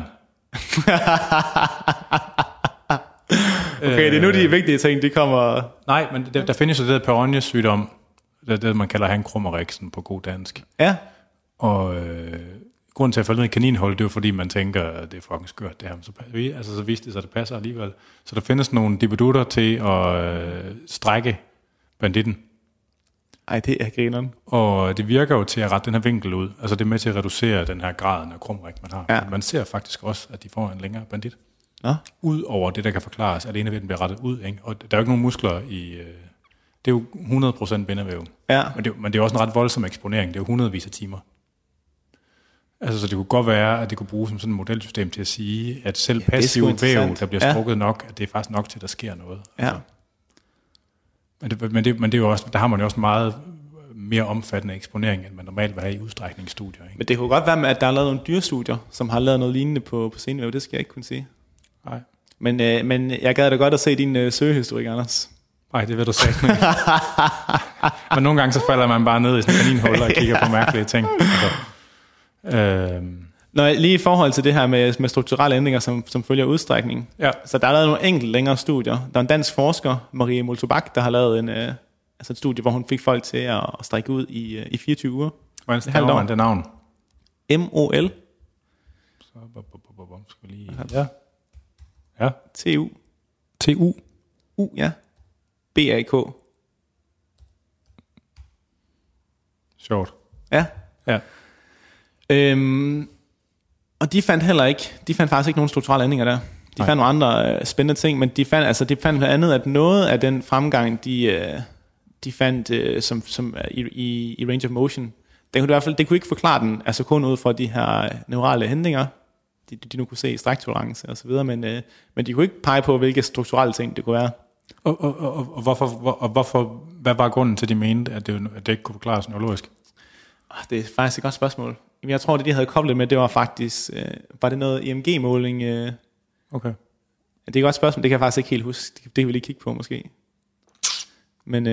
Okay, det er nu de vigtige ting, de kommer... Nej, men der findes jo det der Peyronie-sygdom, det man kalder Hann-Krummeriksen på god dansk. Ja. Og grunden til at falde ned i kaninhul, det er jo fordi, man tænker, at det er fucking skørt det her. Så viste det sig, at det passer alligevel. Så der findes nogle dibedutter til at strække banditten. Ej, det er grineren. Og det virker jo til at rette den her vinkel ud. Altså det er med til at reducere den her graden af krummerik, man har. Ja. Man ser faktisk også, at de får en længere bandit. Ja. Ud over det, der kan forklares, alene ved, at den bliver rettet ud. Ikke? Og der er jo ikke nogen muskler i... det er jo 100% bindevæv. Ja. Men det er også en ret voldsom eksponering. Det er jo hundredvis af timer. Altså, så det kunne godt være, at det kunne bruges som sådan et modelsystem til at sige, at selv passiv væv, der bliver strukket nok, at det er faktisk nok til, at der sker noget. Ja. Altså. Men det er jo også, der har man jo også meget mere omfattende eksponering, end man normalt vil have i udstrækningsstudier. Ikke? Men det kunne godt være med, at der er lavet nogle dyrestudier, som har lavet noget lignende på senevæv. Det skal jeg ikke kunne sige. Nej. Men jeg gad da godt at se din søgehistorik, Anders. Nej, det vil du sige. Men nogle gange så falder man bare ned i sådan en kaninhul og kigger på mærkelige ting. Nå, lige i forhold til det her med strukturelle ændringer, som følger udstrækning. Ja. Så der er lavet nogle enkelte længere studier. Der er en dansk forsker, Marie Moltobak, der har lavet et studie, hvor hun fik folk til at strække ud i 24 uger. Hvordan staver man det navn? MOL. Så skal lige... Ja. TU. TU. Ja. BAK. Sjovt. Ja. Ja. Og de fandt faktisk ikke nogen strukturelle ændringer der. De fandt nogle andre spændende ting, men de fandt blandt andet, at noget af den fremgang, de fandt som i range of motion, det kunne ikke forklare den, altså kun ud fra de her neurale hændinger, de nu kunne se i stræktolerance og så videre, men de kunne ikke pege på, hvilke strukturelle ting det kunne være. Og hvorfor, hvad var grunden til, at de mente, at det ikke kunne forklares neurologisk? Det er faktisk et godt spørgsmål. Jeg tror, det de havde koblet med, det var faktisk, var det noget EMG-måling? Okay. Det er et godt spørgsmål, det kan jeg faktisk ikke helt huske. Det kan vi lige kigge på måske. Men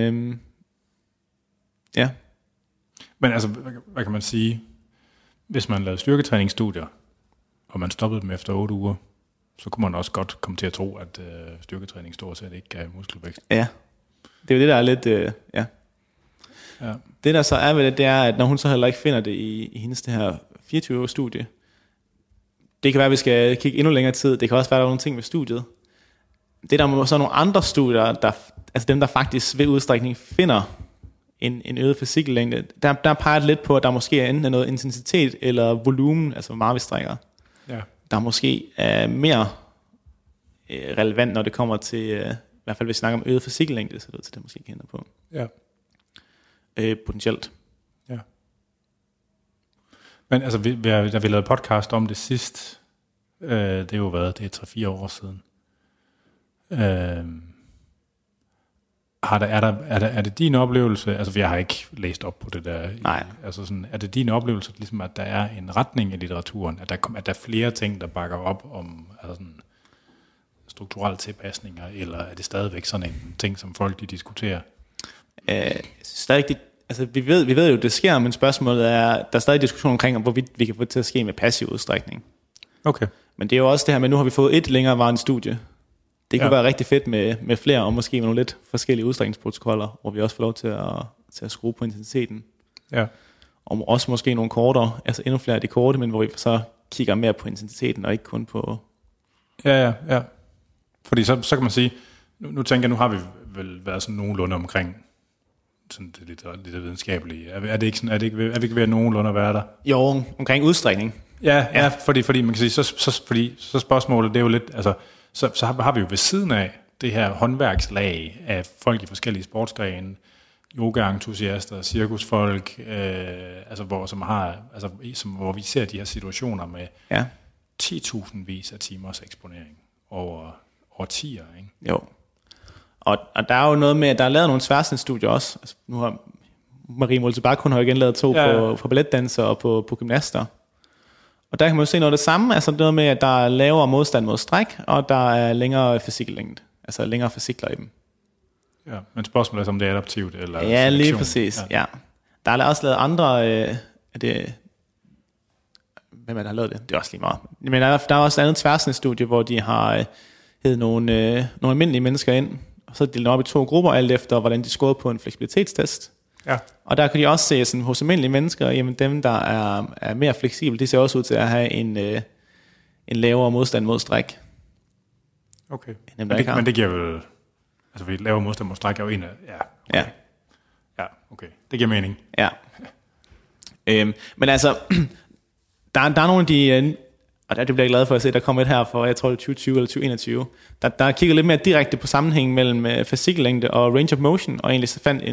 ja. Men altså, hvad kan man sige? Hvis man lavede styrketræningsstudier, og man stoppede dem efter 8 uger, så kunne man også godt komme til at tro, at styrketræning stort set ikke gav muskelvækst. Ja, det er jo det, der er lidt... Ja. Det der så er ved det er, at når hun så heller ikke finder det i hendes det her 24-års studie, det kan være, at vi skal kigge endnu længere tid, det kan også være, at der er nogle ting ved studiet. Det der er så nogle andre studier, altså dem, der faktisk ved udstrækning finder en øget fysiklængde, der peger det lidt på, at der måske er enten noget intensitet eller volumen, altså hvor meget vi strækker, der måske er mere relevant, når det kommer til, i hvert fald hvis vi snakker om øget fysiklængde, så det til det måske kender på. Ja. Potentielt. Ja. Men altså, da vi lavede podcast om det sidst, det er jo været, det er 3-4 år siden. Er det din oplevelse, altså jeg har ikke læst op på det der. Nej. Altså sådan, er det din oplevelse, ligesom, at der er en retning i litteraturen, at der er flere ting, der bakker op om altså sådan, strukturelle tilpasninger, eller er det stadigvæk sådan en ting, som folk de diskuterer? Stadig altså vi ved jo, det sker, men spørgsmålet er, der er stadig diskussion omkring, hvorvidt vi kan få det til at ske med passiv udstrækning. Okay. Men det er jo også det her med, nu har vi fået et længerevarende studie. Det kunne være rigtig fedt med flere, og måske med nogle lidt forskellige udstrækningsprotokoller, hvor vi også får lov til at skrue på intensiteten. Ja. Og også måske nogle kortere, altså endnu flere af de korte, men hvor vi så kigger mere på intensiteten, og ikke kun på... Ja. Fordi så kan man sige, nu tænker jeg, nu har vi vel været sådan nogenlunde omkring sådan det lidt videnskabelige. Er vi ikke ved at nogenlunde at være der? Jo, omkring udstrækning. Ja, fordi man kan sige, så spørgsmålet, det er jo lidt, altså, så har vi jo ved siden af det her håndværkslag af folk i forskellige sportsgrene, yoga-entusiaster, cirkusfolk, altså hvor vi ser de her situationer med 10.000 vis af timers eksponering over årtier, ikke? Jo. Og der er jo noget med, at der er lavet nogle tværsnitsstudier også. Altså, nu har Marie Moltebak, hun har jo igen lavet 2 på balletdansere og på gymnaster. Og der kan man jo se noget af det samme, altså noget med, at der er lavere modstand mod stræk, og der er længere fysiklængde, altså længere fysikler i dem. Ja, men spørgsmålet er, om det er adaptivt eller ja, lige præcis, ja. Der er også lavet andre, hvem er der har lavet det? Det er også lige meget. Men der er også et andet tværsnitsstudie, hvor de har heddet nogle almindelige mennesker ind, og så delt op i 2 grupper, alt efter hvordan de scorede på en fleksibilitetstest. Ja. Og der kan de også se, sådan, hos almindelige mennesker, jamen dem, der er mere fleksible, de ser også ud til at have en lavere modstand mod stræk. Okay. Men det giver vel... Altså, fordi lavere modstand mod stræk er jo en af... Ja, okay. Ja, okay. Det giver mening. Ja. Men altså, der er nogle af de... Og det bliver jeg glad for at se, der kommer et her for, jeg tror det er 2020 eller 2021, der kigger lidt mere direkte på sammenhængen mellem fascikellængde og range of motion, og egentlig så fandt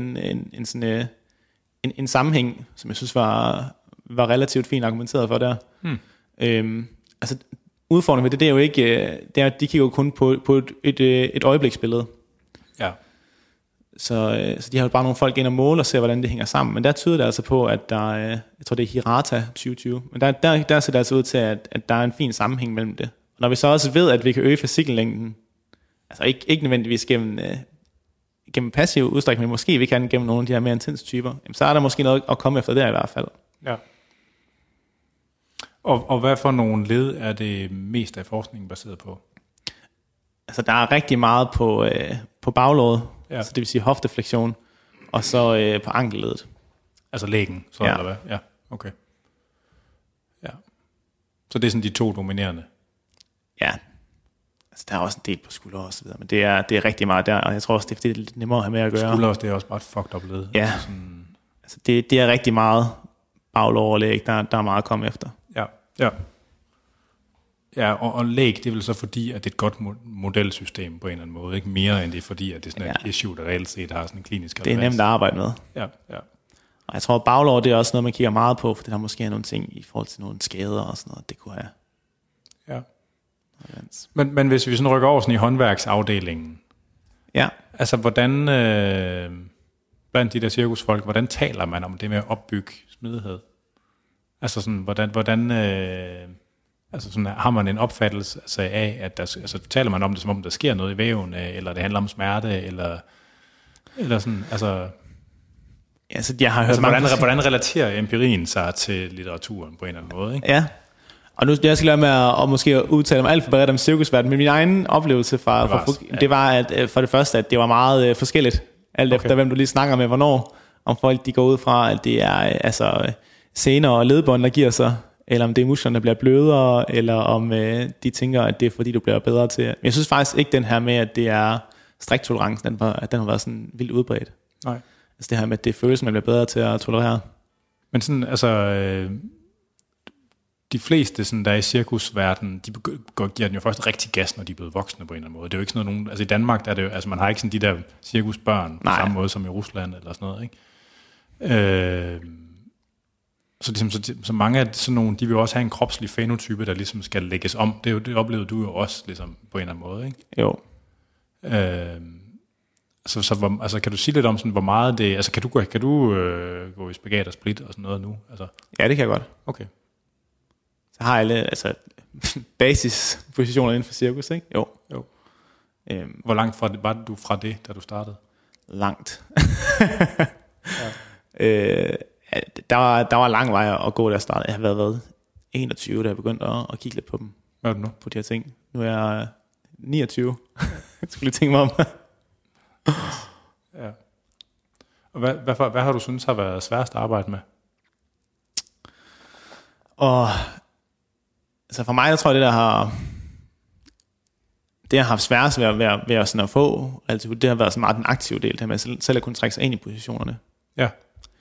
en sammenhæng, som jeg synes var relativt fint argumenteret for der. Altså, udfordringen ved det er jo ikke, det er, at de kigger jo kun på et øjebliksbillede. Ja. Så de har jo bare nogle folk ind og måle og ser, hvordan det hænger sammen. Men der tyder det altså på, at der jeg tror det er Hirata 2020, men der ser det altså ud til, at der er en fin sammenhæng mellem det. Og når vi så også ved, at vi kan øge fascikellængden, altså ikke nødvendigvis gennem passiv udstrækning, men måske vi kan gennem nogle af de her mere intense typer, så er der måske noget at komme efter der i hvert fald. Ja. Og hvad for nogle led er det mest af forskningen baseret på? Altså der er rigtig meget på baglåret, altså det vil sige hofteflektion, og så på ankelledet. Altså lægen, så eller hvad? Ja, okay. Ja. Så det er sådan de 2 dominerende? Ja. Altså der er også en del på skulder og så videre, men det er rigtig meget der, og jeg tror også, det er lidt nemmere at have med at gøre. Skulder også, det er også bare et fucked up led. Ja, altså det er rigtig meget baglår og læg, der er meget at komme efter. Ja. Ja, og læg, det er vel så fordi, at det er et godt modelsystem på en eller anden måde, ikke mere end det er fordi, at det er sådan et issue, der reelt set har sådan en klinisk relevans. Det er nemt at arbejde med. Ja. Og jeg tror, at baglår, det er også noget, man kigger meget på, for det har måske nogle ting i forhold til nogle skader og sådan noget, det kunne have. Ja. Men hvis vi sådan rykker over sådan i håndværksafdelingen, altså hvordan, blandt de der cirkusfolk, hvordan taler man om det med at opbygge smidighed? Altså sådan, hvordan altså sådan, har man en opfattelse af, at taler man om det, som om der sker noget i væven, eller det handler om smerte, eller sådan, altså... Ja, så jeg har hørt hvordan relaterer empirien sig til litteraturen på en eller anden måde, ikke? Ja, og nu jeg skal lade med at måske udtale mig alt for bredt om cirkusverden, men min egen oplevelse det var at for det første, at det var meget forskelligt, alt efter hvem du lige snakker med, hvornår, om folk de går ud fra, at det er altså sener og ledbånd, der giver sig, eller om det er musklerne, der bliver blødere, eller om de tænker, at det er fordi, du bliver bedre til. Men jeg synes faktisk ikke den her med, at det er striktolerancen, at den har været sådan vildt udbredt. Nej. Altså det her med, at det føles, man bliver bedre til at tolerere. Men sådan, altså, de fleste, sådan, der er i cirkusverdenen, de giver den jo først rigtig gas, når de er blevet voksne på en eller anden måde. Det er jo ikke sådan noget, altså i Danmark, der er det jo, altså man har ikke sådan de der cirkusbørn på samme måde som i Rusland, eller sådan noget, ikke? Så, ligesom, så mange af sådan nogle, de vil jo også have en kropslig fænotype, der ligesom skal lægges om. Det oplevede du jo også ligesom, på en eller anden måde, ikke? Jo. Altså kan du sige lidt om sådan, hvor meget det... Altså kan du gå i spagat og split og sådan noget nu? Altså? Ja, det kan jeg godt. Okay. Så har alle basispositioner inden for cirkus, ikke? Jo. Hvor langt var du fra det, da du startede? Langt. Der var lang vej at gå, da jeg startede. Jeg har været 21, da jeg begyndte at kigge lidt på dem. Hvad er det nu? På de her ting. Nu er jeg 29. Jeg skulle lige tænke mig om. Ja. Og hvad har du synes har været sværest at arbejde med? Og altså for mig, der tror jeg, det har haft sværest ved at sådan at få, altså det har været så meget den aktive del, det her med selv at kunne trække sig ind i positionerne. Ja.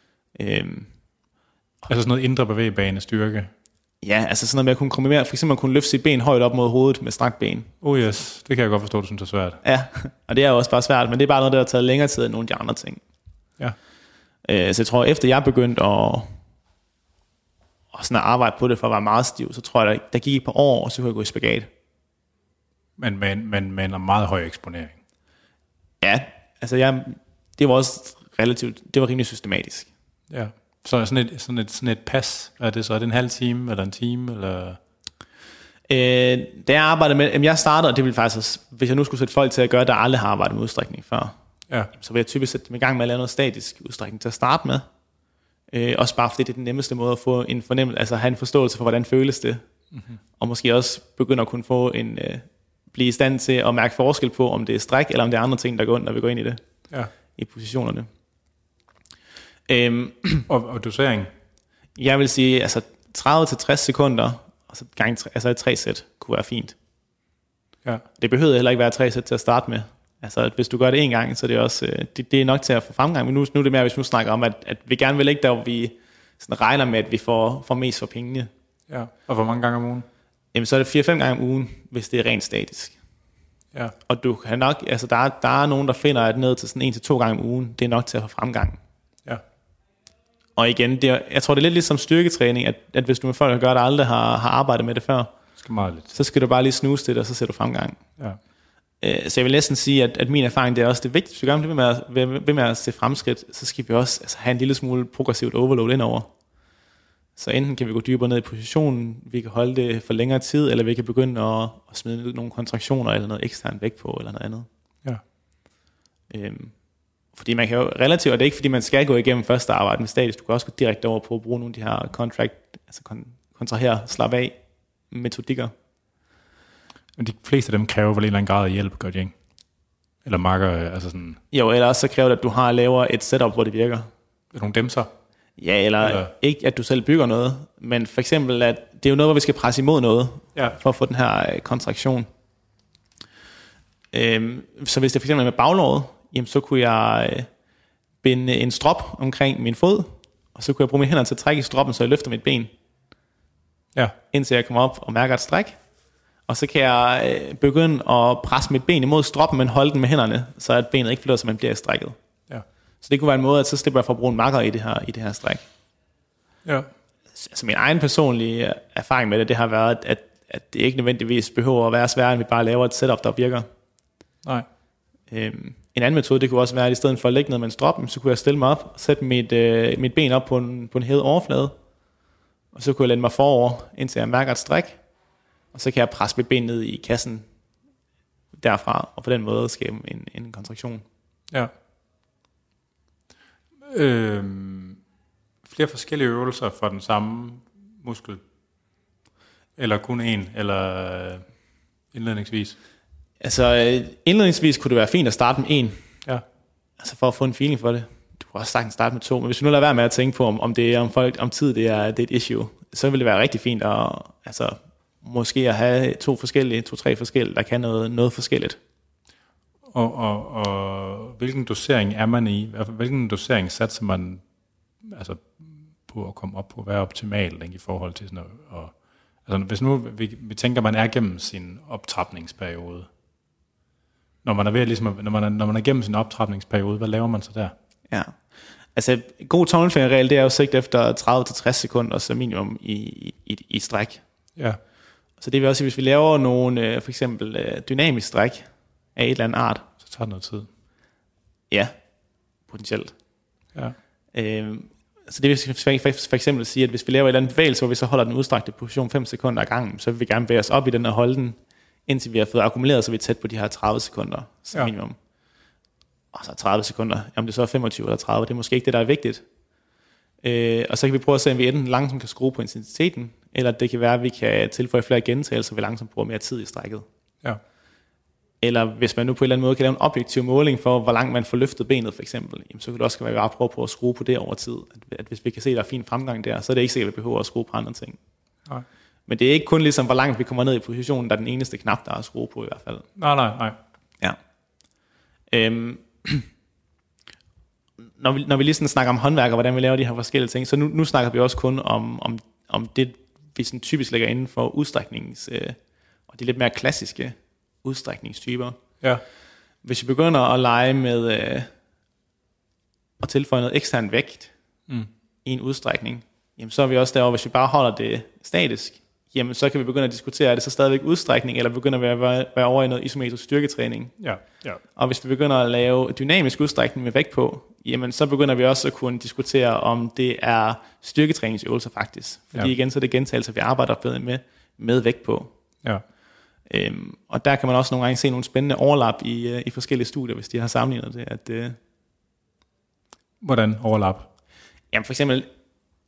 Altså sådan noget indre bevægebane styrke. Ja, altså sådan noget med at kunne komprimere, for eksempel at kunne løfte sit ben højt op mod hovedet med strakt ben. Oh yes, det kan jeg godt forstå, du synes er svært. Ja, og det er jo også bare svært, men det er bare noget, der har taget længere tid end nogle af de andre ting. Ja. Så jeg tror, efter jeg begyndte at sådan at arbejde på det for at være meget stiv, så tror jeg, der gik et par år, og så kunne jeg gå i spagat. Men med en meget høj eksponering. Ja, altså det var også det var rimelig systematisk. Ja. Så sådan et pas, er det så? Er det en halv time, eller en time, eller? Da jeg arbejdede med, jeg startede, og det ville faktisk også, hvis jeg nu skulle sætte folk til at gøre, der aldrig har arbejdet med udstrækning før, så vil jeg typisk sætte dem i gang med at lave noget statisk udstrækning til at starte med. Også bare fordi det er den nemmeste måde at få en fornemmelse, altså have en forståelse for, hvordan føles det. Mm-hmm. Og måske også begynde at kunne få blive i stand til at mærke forskel på, om det er stræk, eller om det er andre ting, der går ondt, når vi går ind i det. Ja. I positionerne. Og dosering? Jeg vil sige, altså 30-60 sekunder, og så altså et 3-sæt kunne være fint. Ja. Det behøver heller ikke være 3 sæt til at starte med. Altså hvis du gør det en gang, så er det også det er nok til at få fremgang. Men nu er det mere, hvis vi nu snakker om, at vi gerne vil ligge der, hvor vi sådan regner med, at vi får mest for pengene. Ja. Og hvor mange gange om ugen? Jamen så er det 4-5 gange om ugen, hvis det er rent statisk. Ja. Og du kan nok, altså der er nogen, der finder, at ned til sådan 1-2 gange om ugen, det er nok til at få fremgang. Ja. Og igen, jeg tror det er lidt ligesom styrketræning, at hvis du med folk, der gør det aldrig har arbejdet med det før, så skal du bare lige snuse det, og så ser du fremgang. Ja. Så jeg vil næsten sige, at min erfaring, det er også det vigtigste. Hvis vi gerne vil med at se fremskridt, så skal vi også have en lille smule progressivt overload indover. Så enten kan vi gå dybere ned i positionen, vi kan holde det for længere tid, eller vi kan begynde at smide nogle kontraktioner, eller noget ekstern vægt på, eller noget andet. Ja. Fordi man kan jo relativt, og det er ikke fordi man skal gå igennem første arbejde med statisk, du kan også gå direkte over på at bruge nogle af de her kontraher, slap af metodikker. Men de fleste af dem kræver vel en eller anden grad af hjælp, gør de ikke? Eller marker, altså sådan... Jo, eller også så kræver det, at du har lavet et setup, hvor det virker. Er nogle dem så? Ja, eller ikke, at du selv bygger noget, men for eksempel, at det er jo noget, hvor vi skal presse imod noget, for at få den her kontraktion. Så hvis det for eksempel er med baglåret, jamen så kunne jeg binde en strop omkring min fod, og så kunne jeg bruge mine hænder til at trække i stroppen, så jeg løfter mit ben. Ja. Indtil jeg kommer op og mærker et stræk. Og så kan jeg begynde at presse mit ben imod stroppen, men holde den med hænderne, så at benet ikke flytter, så man bliver strækket. Ja. Så det kunne være en måde, at så slipper jeg for at bruge en makker i det her stræk. Ja. Altså min egen personlige erfaring med det har været, at det ikke nødvendigvis behøver at være sværere, end vi bare laver et setup, der virker. Nej. En anden metode, det kunne også være, at i stedet for at lægge ned med en strop, så kunne jeg stille mig op og sætte mit ben op på en hævet overflade. Og så kunne jeg læne mig forover, indtil jeg mærker et stræk. Og så kan jeg presse mit ben ned i kassen derfra, og på den måde skabe en kontraktion. Ja. Flere forskellige øvelser for den samme muskel? Eller kun en, eller indledningsvis? Altså indledningsvis kunne det være fint at starte med en. Ja. Altså for at få en feeling for det. Du kan også sagtens starte med 2, men hvis du nu lader være med at tænke på, om tid det er et issue, så vil det være rigtig fint at måske at have 2-3 forskellige, der kan noget forskelligt. Og hvilken dosering er man i? Hvilken dosering satser man altså på at komme op på at være optimal i forhold til sådan noget? Og, altså hvis nu vi tænker, man er gennem sin optrapningsperiode, når man er ved ligesom, når man er gennem sin optrapningsperiode, hvad laver man så der? Ja. Altså god tommelfingerregel, det er jo sigt efter 30-60 sekunder så minimum i stræk. Ja. Så det vil også sige, hvis vi laver nogle for eksempel dynamisk stræk af et eller andet art, så tager det noget tid. Ja, potentielt. Ja. Så det vil for eksempel sige, at hvis vi laver et eller andet bevægelse, hvor vi så holder den udstrakte position 5 sekunder ad gangen, så vil vi gerne bevæge os op i den og holde den, indtil vi har fået akkumuleret, så vi er tæt på de her 30 sekunder som minimum. Og så 30 sekunder, om det så er 25 eller 30, det er måske ikke det, der er vigtigt. Og så kan vi prøve at se, om vi enten langsomt kan skrue på intensiteten, eller det kan være, at vi kan tilføje flere gentagelser, så vi langsomt bruger mere tid i strækket. Ja. Eller hvis man nu på en eller anden måde kan lave en objektiv måling for, hvor langt man får løftet benet for eksempel, jamen, så kan det også være, at vi prøve på at skrue på det over tid. At hvis vi kan se, at der er fin fremgang der, så er det ikke sikkert, at vi behøver at skrue på andre ting. Nej. Men det er ikke kun ligesom, hvor langt vi kommer ned i positionen, der er den eneste knap, der er at skrue på i hvert fald. Nej. Ja. Når vi lige sådan snakker om håndværk og hvordan vi laver de her forskellige ting, så nu snakker vi også kun om det, vi sådan typisk lægger inden for udstræknings, og de lidt mere klassiske udstrækningstyper. Ja. Hvis vi begynder at lege med at tilføje noget ekstern vægt i en udstrækning, jamen så er vi også derovre, hvis vi bare holder det statisk, jamen så kan vi begynde at diskutere, er det så stadigvæk udstrækning, eller begynder vi at være over i noget isometrisk styrketræning. Ja. Og hvis vi begynder at lave dynamisk udstrækning med vægt på, jamen så begynder vi også at kunne diskutere, om det er styrketræningsøvelser faktisk. Fordi igen, så er det gentagelser, vi arbejder med vægt på. Ja. Og der kan man også nogle gange se nogle spændende overlap i forskellige studier, hvis de har sammenlignet det. Hvordan overlap? Jamen for eksempel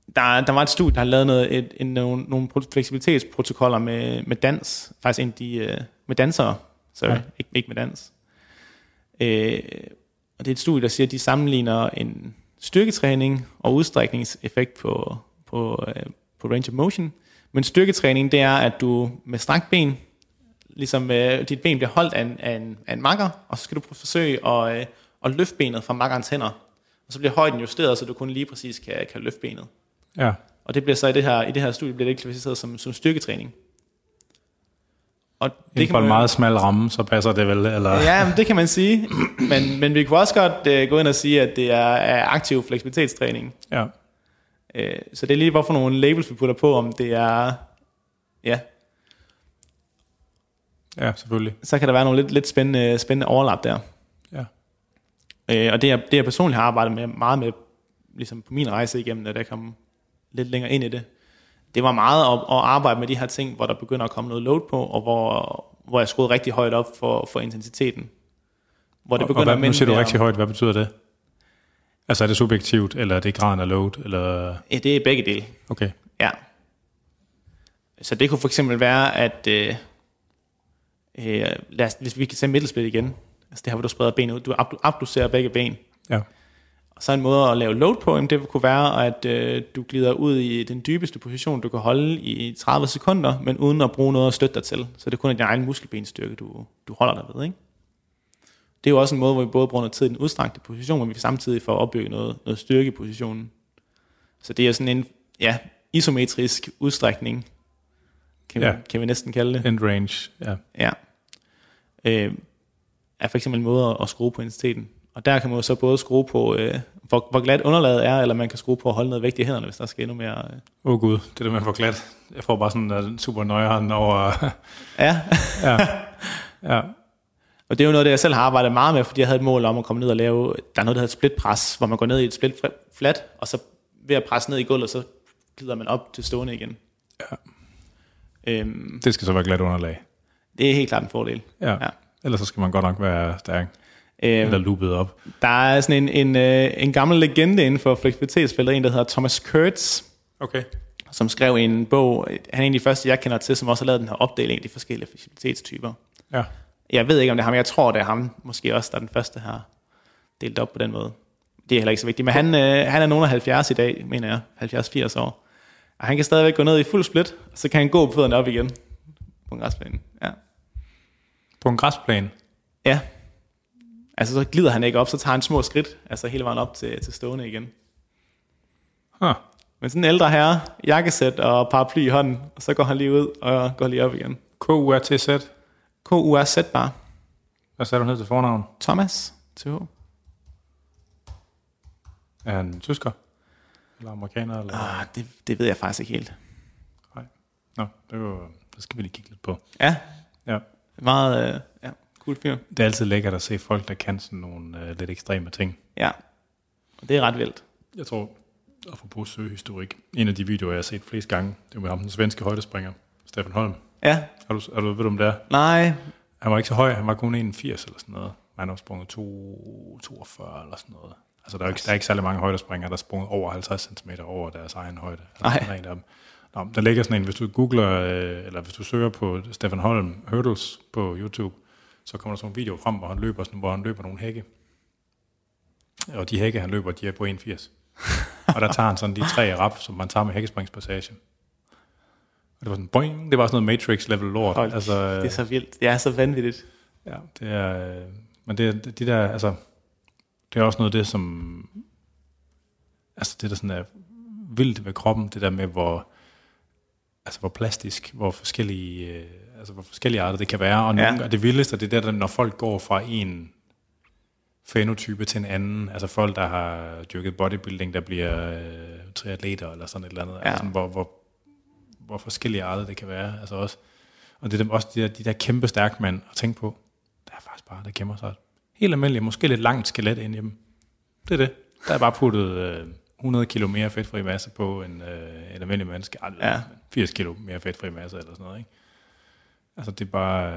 Der var et studie, der har lavet nogle fleksibilitetsprotokoller med dans. Faktisk en af de med dansere. Sorry, ikke med dans. Og det er et studie, der siger, at de sammenligner en styrketræning og udstrækningseffekt på range of motion. Men styrketræning, det er, at du med strakt ben, ligesom dit ben bliver holdt af en makker, og så skal du forsøge at løfte benet fra makkerens hænder. Og så bliver højden justeret, så du kun lige præcis kan løfte benet. Ja. Og det bliver så i det her studie, bliver det klassificeret som styrketræning. Og det kan en meget smal ramme, så passer det vel? Eller? Ja, det kan man sige. Men vi kunne også godt gå ind og sige, at det er aktiv fleksibilitetstræning. Ja. Så det er lige, hvorfor nogle labels vi putter på, om det er... Ja. Ja, selvfølgelig. Så kan der være nogle lidt spændende overlap der. Ja. Og det jeg personligt har arbejdet meget med, ligesom på min rejse igennem, da jeg kom lidt længere ind i det, det var meget at arbejde med de her ting, hvor der begynder at komme noget load på, og hvor jeg skruede rigtig højt op for intensiteten. Hvor det begynder nu siger du rigtig højt, hvad betyder det? Altså er det subjektivt, eller er det graden af load? Eller? Ja, det er begge dele. Okay. Ja. Så det kunne for eksempel være, at hvis vi kan se middelsplit igen, altså det her, hvor du spreder benet ud, du abducerer begge ben. Ja. Og så en måde at lave load på, det kunne være, at du glider ud i den dybeste position, du kan holde i 30 sekunder, men uden at bruge noget at støtte dig til. Så det er kun din egen muskelbenstyrke, du holder dig ved, ikke? Det er jo også en måde, hvor vi både bruger noget tid i den udstrakte position, men vi samtidig får opbygge noget styrke i positionen. Så det er sådan en isometrisk udstrækning, kan vi næsten kalde det. End range, ja. Er for eksempel en måde at skrue på intensiteten. Og der kan man jo så både skrue på, hvor glat underlaget er, eller man kan skrue på at holde noget vægt i hænderne, hvis der skal endnu mere... Gud, det der med for glat. Jeg får bare sådan en super nøjehånd over... Ja. Og det er jo noget, det jeg selv har arbejdet meget med, fordi jeg havde et mål om at komme ned og lave... Der er noget, der hedder split pres, hvor man går ned i et split flat, og så ved at presse ned i gulvet, så glider man op til stående igen. Ja. Det skal så være glat underlag. Det er helt klart en fordel. Ja. Ellers så skal man godt nok være stærk. Eller loopet op. Der er sådan en gammel legende inden for fleksibilitetsfeltet, en der hedder Thomas Kurtz, som skrev en bog, han er en af de første, jeg kender til, som også har lavet den her opdeling af de forskellige fleksibilitetstyper. Ja. Jeg ved ikke, om det er ham, jeg tror, det er ham, måske også, der er den første her delt op på den måde. Det er heller ikke så vigtigt, men han er nogen af 70 i dag, mener jeg, 70-80 år. Og han kan stadigvæk gå ned i fuld split, og så kan han gå på fødderne op igen på en græsplæne. Ja. På en græsplæne? Ja. Altså så glider han ikke op, så tager han små skridt, altså hele vejen op til stående igen. Men sådan en ældre herre, jakkesæt og paraply i hånden, og så går han lige ud og går lige op igen. KURTZ? KURZ bare. Hvad sagde du ned til fornavn? Thomas, TH. Er han tysker? Eller amerikaner? Eller? Det ved jeg faktisk ikke helt. Nej. Nå, det skal vi lige kigge lidt på. Ja. Meget cool fyr. Det er altid lækkert at se folk, der kan sådan nogle lidt ekstreme ting. Ja, og det er ret vildt. Jeg tror, apropos søgehistorik, en af de videoer, jeg har set flest gange, det var med ham, den svenske højdespringer, Stefan Holm. Ja. Ved du om det er? Nej. Han var ikke så høj, han var kun 81 eller sådan noget. Han har sprunget 42 eller sådan noget. Altså der er ikke særlig mange højdespringere, der sprunget over 50 cm over deres egen højde. Nej. Der ligger sådan en, hvis du googler, eller hvis du søger på Stefan Holm Hurdles på YouTube, så kommer der sådan en video frem, hvor han løber nogle hække. Og de hække, han løber, de er på 81. Og der tager han sådan de 3 rap, som man tager med hækkespringspassage. Og det var sådan, boing, det var sådan noget Matrix-level lort. Altså, det er så vildt. Det er så vanvittigt. Ja, det er... Men det er de der, altså... Det er også noget af det, som... Altså det, der sådan er vildt ved kroppen, det der med, hvor plastisk, hvor forskellige arter det kan være. Og nogle af det vildeste, det er der, når folk går fra en fænotype til en anden, altså folk, der har dyrket bodybuilding, der bliver triatleter eller sådan et eller andet, altså sådan, hvor forskellige arter det kan være, altså også. Og det er også de der kæmpe stærkmænd at tænke på, der er faktisk bare, der gemmer sig et helt almindeligt, måske lidt langt skelet ind i dem. Det er det. Der er bare puttet 100 kilo mere fedtfri masse på en almindelig menneske. 80 kilo mere fedtfri masse eller sådan noget, ikke? Altså det er bare,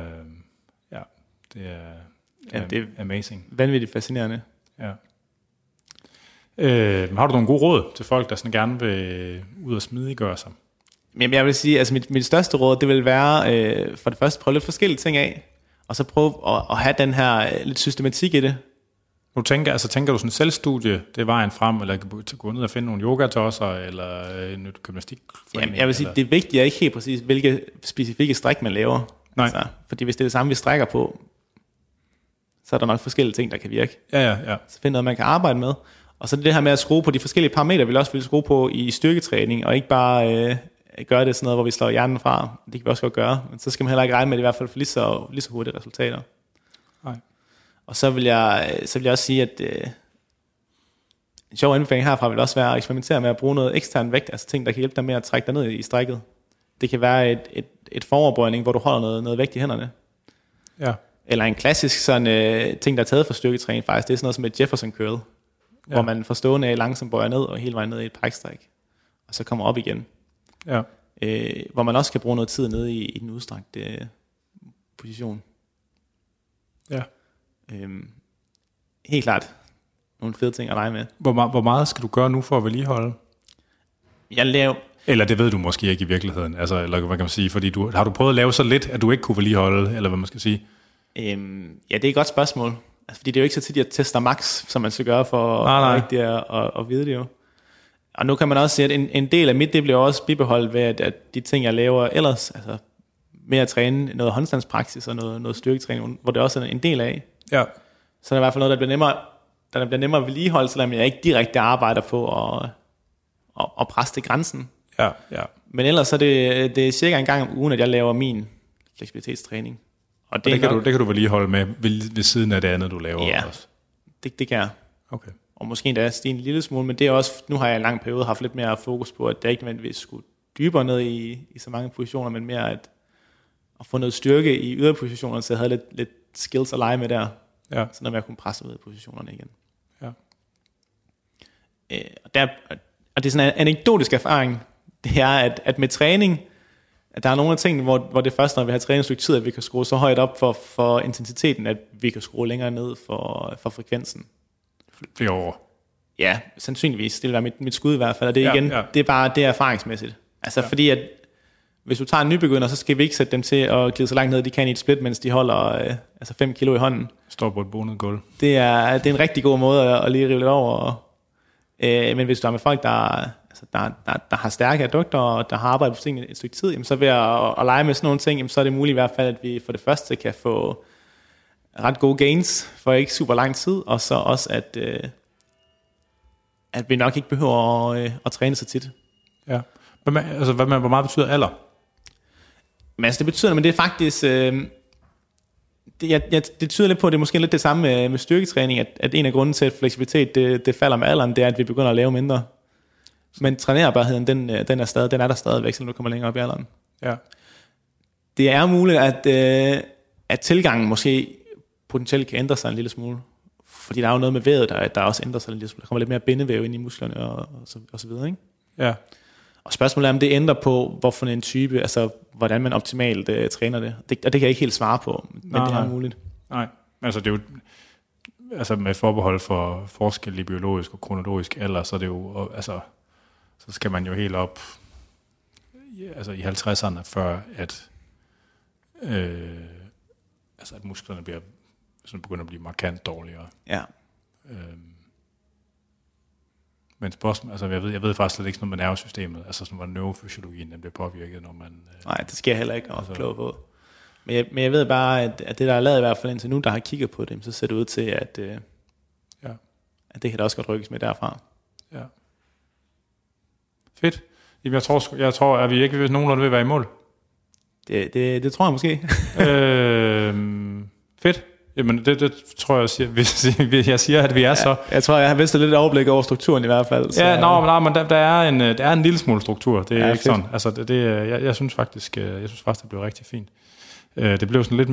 det er amazing. Vanvittigt fascinerende. Ja. Har du nogle gode råd til folk, der sådan gerne vil ud og smidiggøre sig? Men jeg vil sige, altså mit største råd, det vil være, for det første, prøve lidt forskellige ting af, og så prøve at have den her lidt systematik i det. Tænker du sådan selvstudie, det er vejen frem, eller gå ned og finde nogle yogatosser, eller en gymnastikforening? Jamen, jeg vil sige, det vigtige er ikke helt præcis, hvilke specifikke strik man laver. Nej. Altså, fordi hvis det er det samme, vi strækker på, så er der nok forskellige ting, der kan virke. Ja. Så find noget, man kan arbejde med. Og så det her med at skrue på de forskellige parametre, vil også skrue på i styrketræning, og ikke bare gøre det sådan noget, hvor vi slår hjernen fra. Det kan vi også godt gøre, men så skal man heller ikke regne med det i hvert fald for lige så hurtige resultater. Nej. Og så vil jeg også sige, at en sjov anbefaling herfra vil også være at eksperimentere med at bruge noget ekstern vægt, altså ting, der kan hjælpe dig med at trække dig ned i strækket. Det kan være et foroverbøjning, hvor du holder noget vægt i hænderne. Ja. Eller en klassisk sådan, ting, der er taget fra styrketræning faktisk, det er sådan noget som et Jefferson curl, hvor man får stående af langsomt bøjer ned og hele vejen ned i et parkstræk, og så kommer op igen. Ja. Hvor man også kan bruge noget tid nede i den udstrakte position. Ja. Helt klart nogle fede ting at lege med. Hvor meget skal du gøre nu for at vedligeholde? Jeg laver... Eller det ved du måske ikke i virkeligheden, altså, eller hvad kan man sige, fordi har du prøvet at lave så lidt, at du ikke kunne vedligeholde, eller hvad man skal sige? Ja, det er et godt spørgsmål. Altså, fordi det er jo ikke så tit, at jeg tester max, som man skal gøre for rigtig at vide det jo. Og nu kan man også sige, at en del af mit, det bliver også bibeholdt ved, at de ting, jeg laver ellers, altså med at træne noget håndstandspraksis og noget styrketræning, hvor det også er en del af. Ja. Så er der i hvert fald noget, der bliver nemmere at vedligeholde, selvom jeg ikke direkte arbejder på at presse til grænsen. Ja. Men ellers så er det er cirka en gang om ugen, at jeg laver min fleksibilitetstræning. Og det kan du vedligeholde med ved siden af det andet, du laver også? Det kan jeg. Okay. Og måske endda stige en lille smule, men det er også, nu har jeg i en lang periode haft lidt mere fokus på, at det ikke nødvendigvis skulle dybere ned i så mange positioner, men mere at få noget styrke i yderpositioner, så jeg havde lidt skills at lege med der, så når jeg kunne presse ud af positionerne igen. Ja. Og det er sådan en anekdotisk erfaring, det er, at med træning, at der er nogle af tingene, hvor det først, når vi har trænet et stykke tid, at vi kan skrue så højt op for intensiteten, at vi kan skrue længere ned for frekvensen. Flere år. Ja, sandsynligvis. Det vil være mit skud i hvert fald. Og det er igen, det er bare det er erfaringsmæssigt. Altså fordi, at hvis du tager en nybegynder, så skal vi ikke sætte dem til at glide så langt ned, de kan i et split, mens de holder 5 kilo i hånden. Står på et bonet gulv. Det er en rigtig god måde at lige rive lidt over. Men hvis du er med folk, der har stærke addukter, og der har arbejdet på tingene et stykke tid, jamen, så ved at lege med sådan nogle ting, jamen, så er det muligt i hvert fald, at vi for det første kan få ret gode gains for ikke super lang tid, og så også, at vi nok ikke behøver at træne så tit. Ja. Hvor meget betyder alder? Men altså, det betyder, men det er faktisk... det tyder lidt på, at det er måske lidt det samme med styrketræning, at en af grunden til, at fleksibilitet det falder med alderen, det er, at vi begynder at lave mindre. Men trænerbarheden, den er der stadigvæk, selvom du kommer længere op i alderen. Ja. Det er muligt, at tilgangen måske potentielt kan ændre sig en lille smule. Fordi der er jo noget med vævet, der også ændrer sig en lille smule. Der kommer lidt mere bindevæv ind i musklerne og så videre, ikke? Ja. Og spørgsmålet er, om det ændrer på, hvorfor en type, altså hvordan man optimalt træner det. Og det kan jeg ikke helt svare på, men det er muligt. Nej, altså det er jo, altså med forbehold for forskel i biologisk og kronologisk alder, så er det jo, altså, så skal man jo helt op, altså i 50'erne, før at, altså at musklerne begynder at blive markant dårligere. Ja. Men spørgsmål, altså jeg ved faktisk slet ikke sådan noget med nervesystemet, altså sådan, hvordan neurofysiologien den bliver påvirket, når man... Nej, det skal jeg heller ikke klog på. Men jeg ved bare, at det der er lavet i hvert fald indtil nu, der har kigget på det, så ser det ud til, at det kan da også godt rykkes med derfra. Ja. Fedt. Jamen, jeg tror, at vi ikke nogenlunde vil være i mål. Det tror jeg måske. Fedt. Jamen, det tror jeg siger, at vi er så. Jeg tror, jeg har vist lidt overblik over strukturen i hvert fald. Så. Ja, men der er en lille smule struktur. Det er ikke fedt. Sådan. Altså, jeg synes faktisk, det blev rigtig fint. Det blev sådan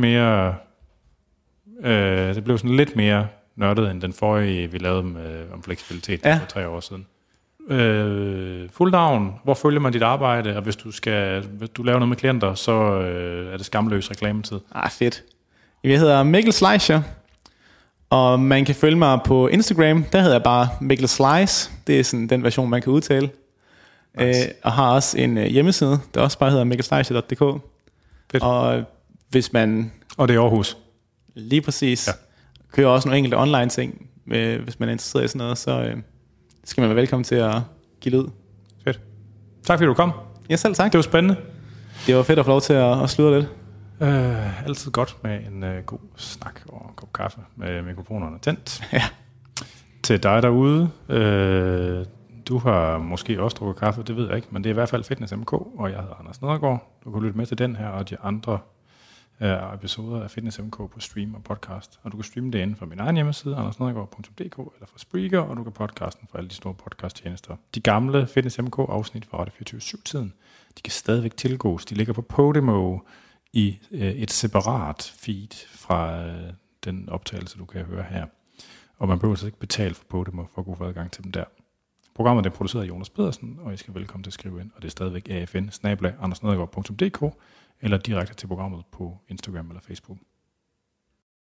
lidt mere nørdet end den forrige, vi lavede om fleksibilitet for 3 år siden. Fulldown, hvor følger man dit arbejde? Og hvis du laver noget med klienter, så er det skamløs reklametid. Fedt. Jeg hedder Mikkel Schleicher, Og man kan følge mig på Instagram, der hedder jeg bare Mikkel Slice. Det er sådan den version, man kan udtale. Nice. Og har også en hjemmeside, der også bare hedder mikkelslice.dk. Og hvis man... Og det er Aarhus. Lige præcis. Ja. Kører også nogle enkelte online ting. Hvis man er interesseret i sådan noget, så skal man være velkommen til at give det ud. Fedt. Tak fordi du kom. Ja, selv tak. Det var spændende. Det var fedt at få lov til at sludre lidt. Altid godt med en god snak og en kop kaffe med mikrofonerne tændt. Ja. Til dig derude, du har måske også drukket kaffe, det ved jeg ikke, men det er i hvert fald Fitness MK, og jeg hedder Anders Nedergaard. Du kan lytte med til den her og de andre episoder af Fitness MK på stream og podcast, og du kan streame det inde fra min egen hjemmeside, andersnedergaard.dk, eller fra Spreaker, og du kan podcasten fra alle de store podcasttjenester. De gamle Fitness MK afsnit fra 24/7-tiden, de kan stadigvæk tilgås. De ligger på Podimo i et separat feed fra den optagelse, du kan høre her. Og man behøver altså ikke betale for Podimo for at kunne få adgang til dem der. Programmet er produceret af Jonas Pedersen, og I skal velkommen til at skrive ind, og det er stadigvæk afn@andersnedergaard.dk, eller direkte til programmet på Instagram eller Facebook.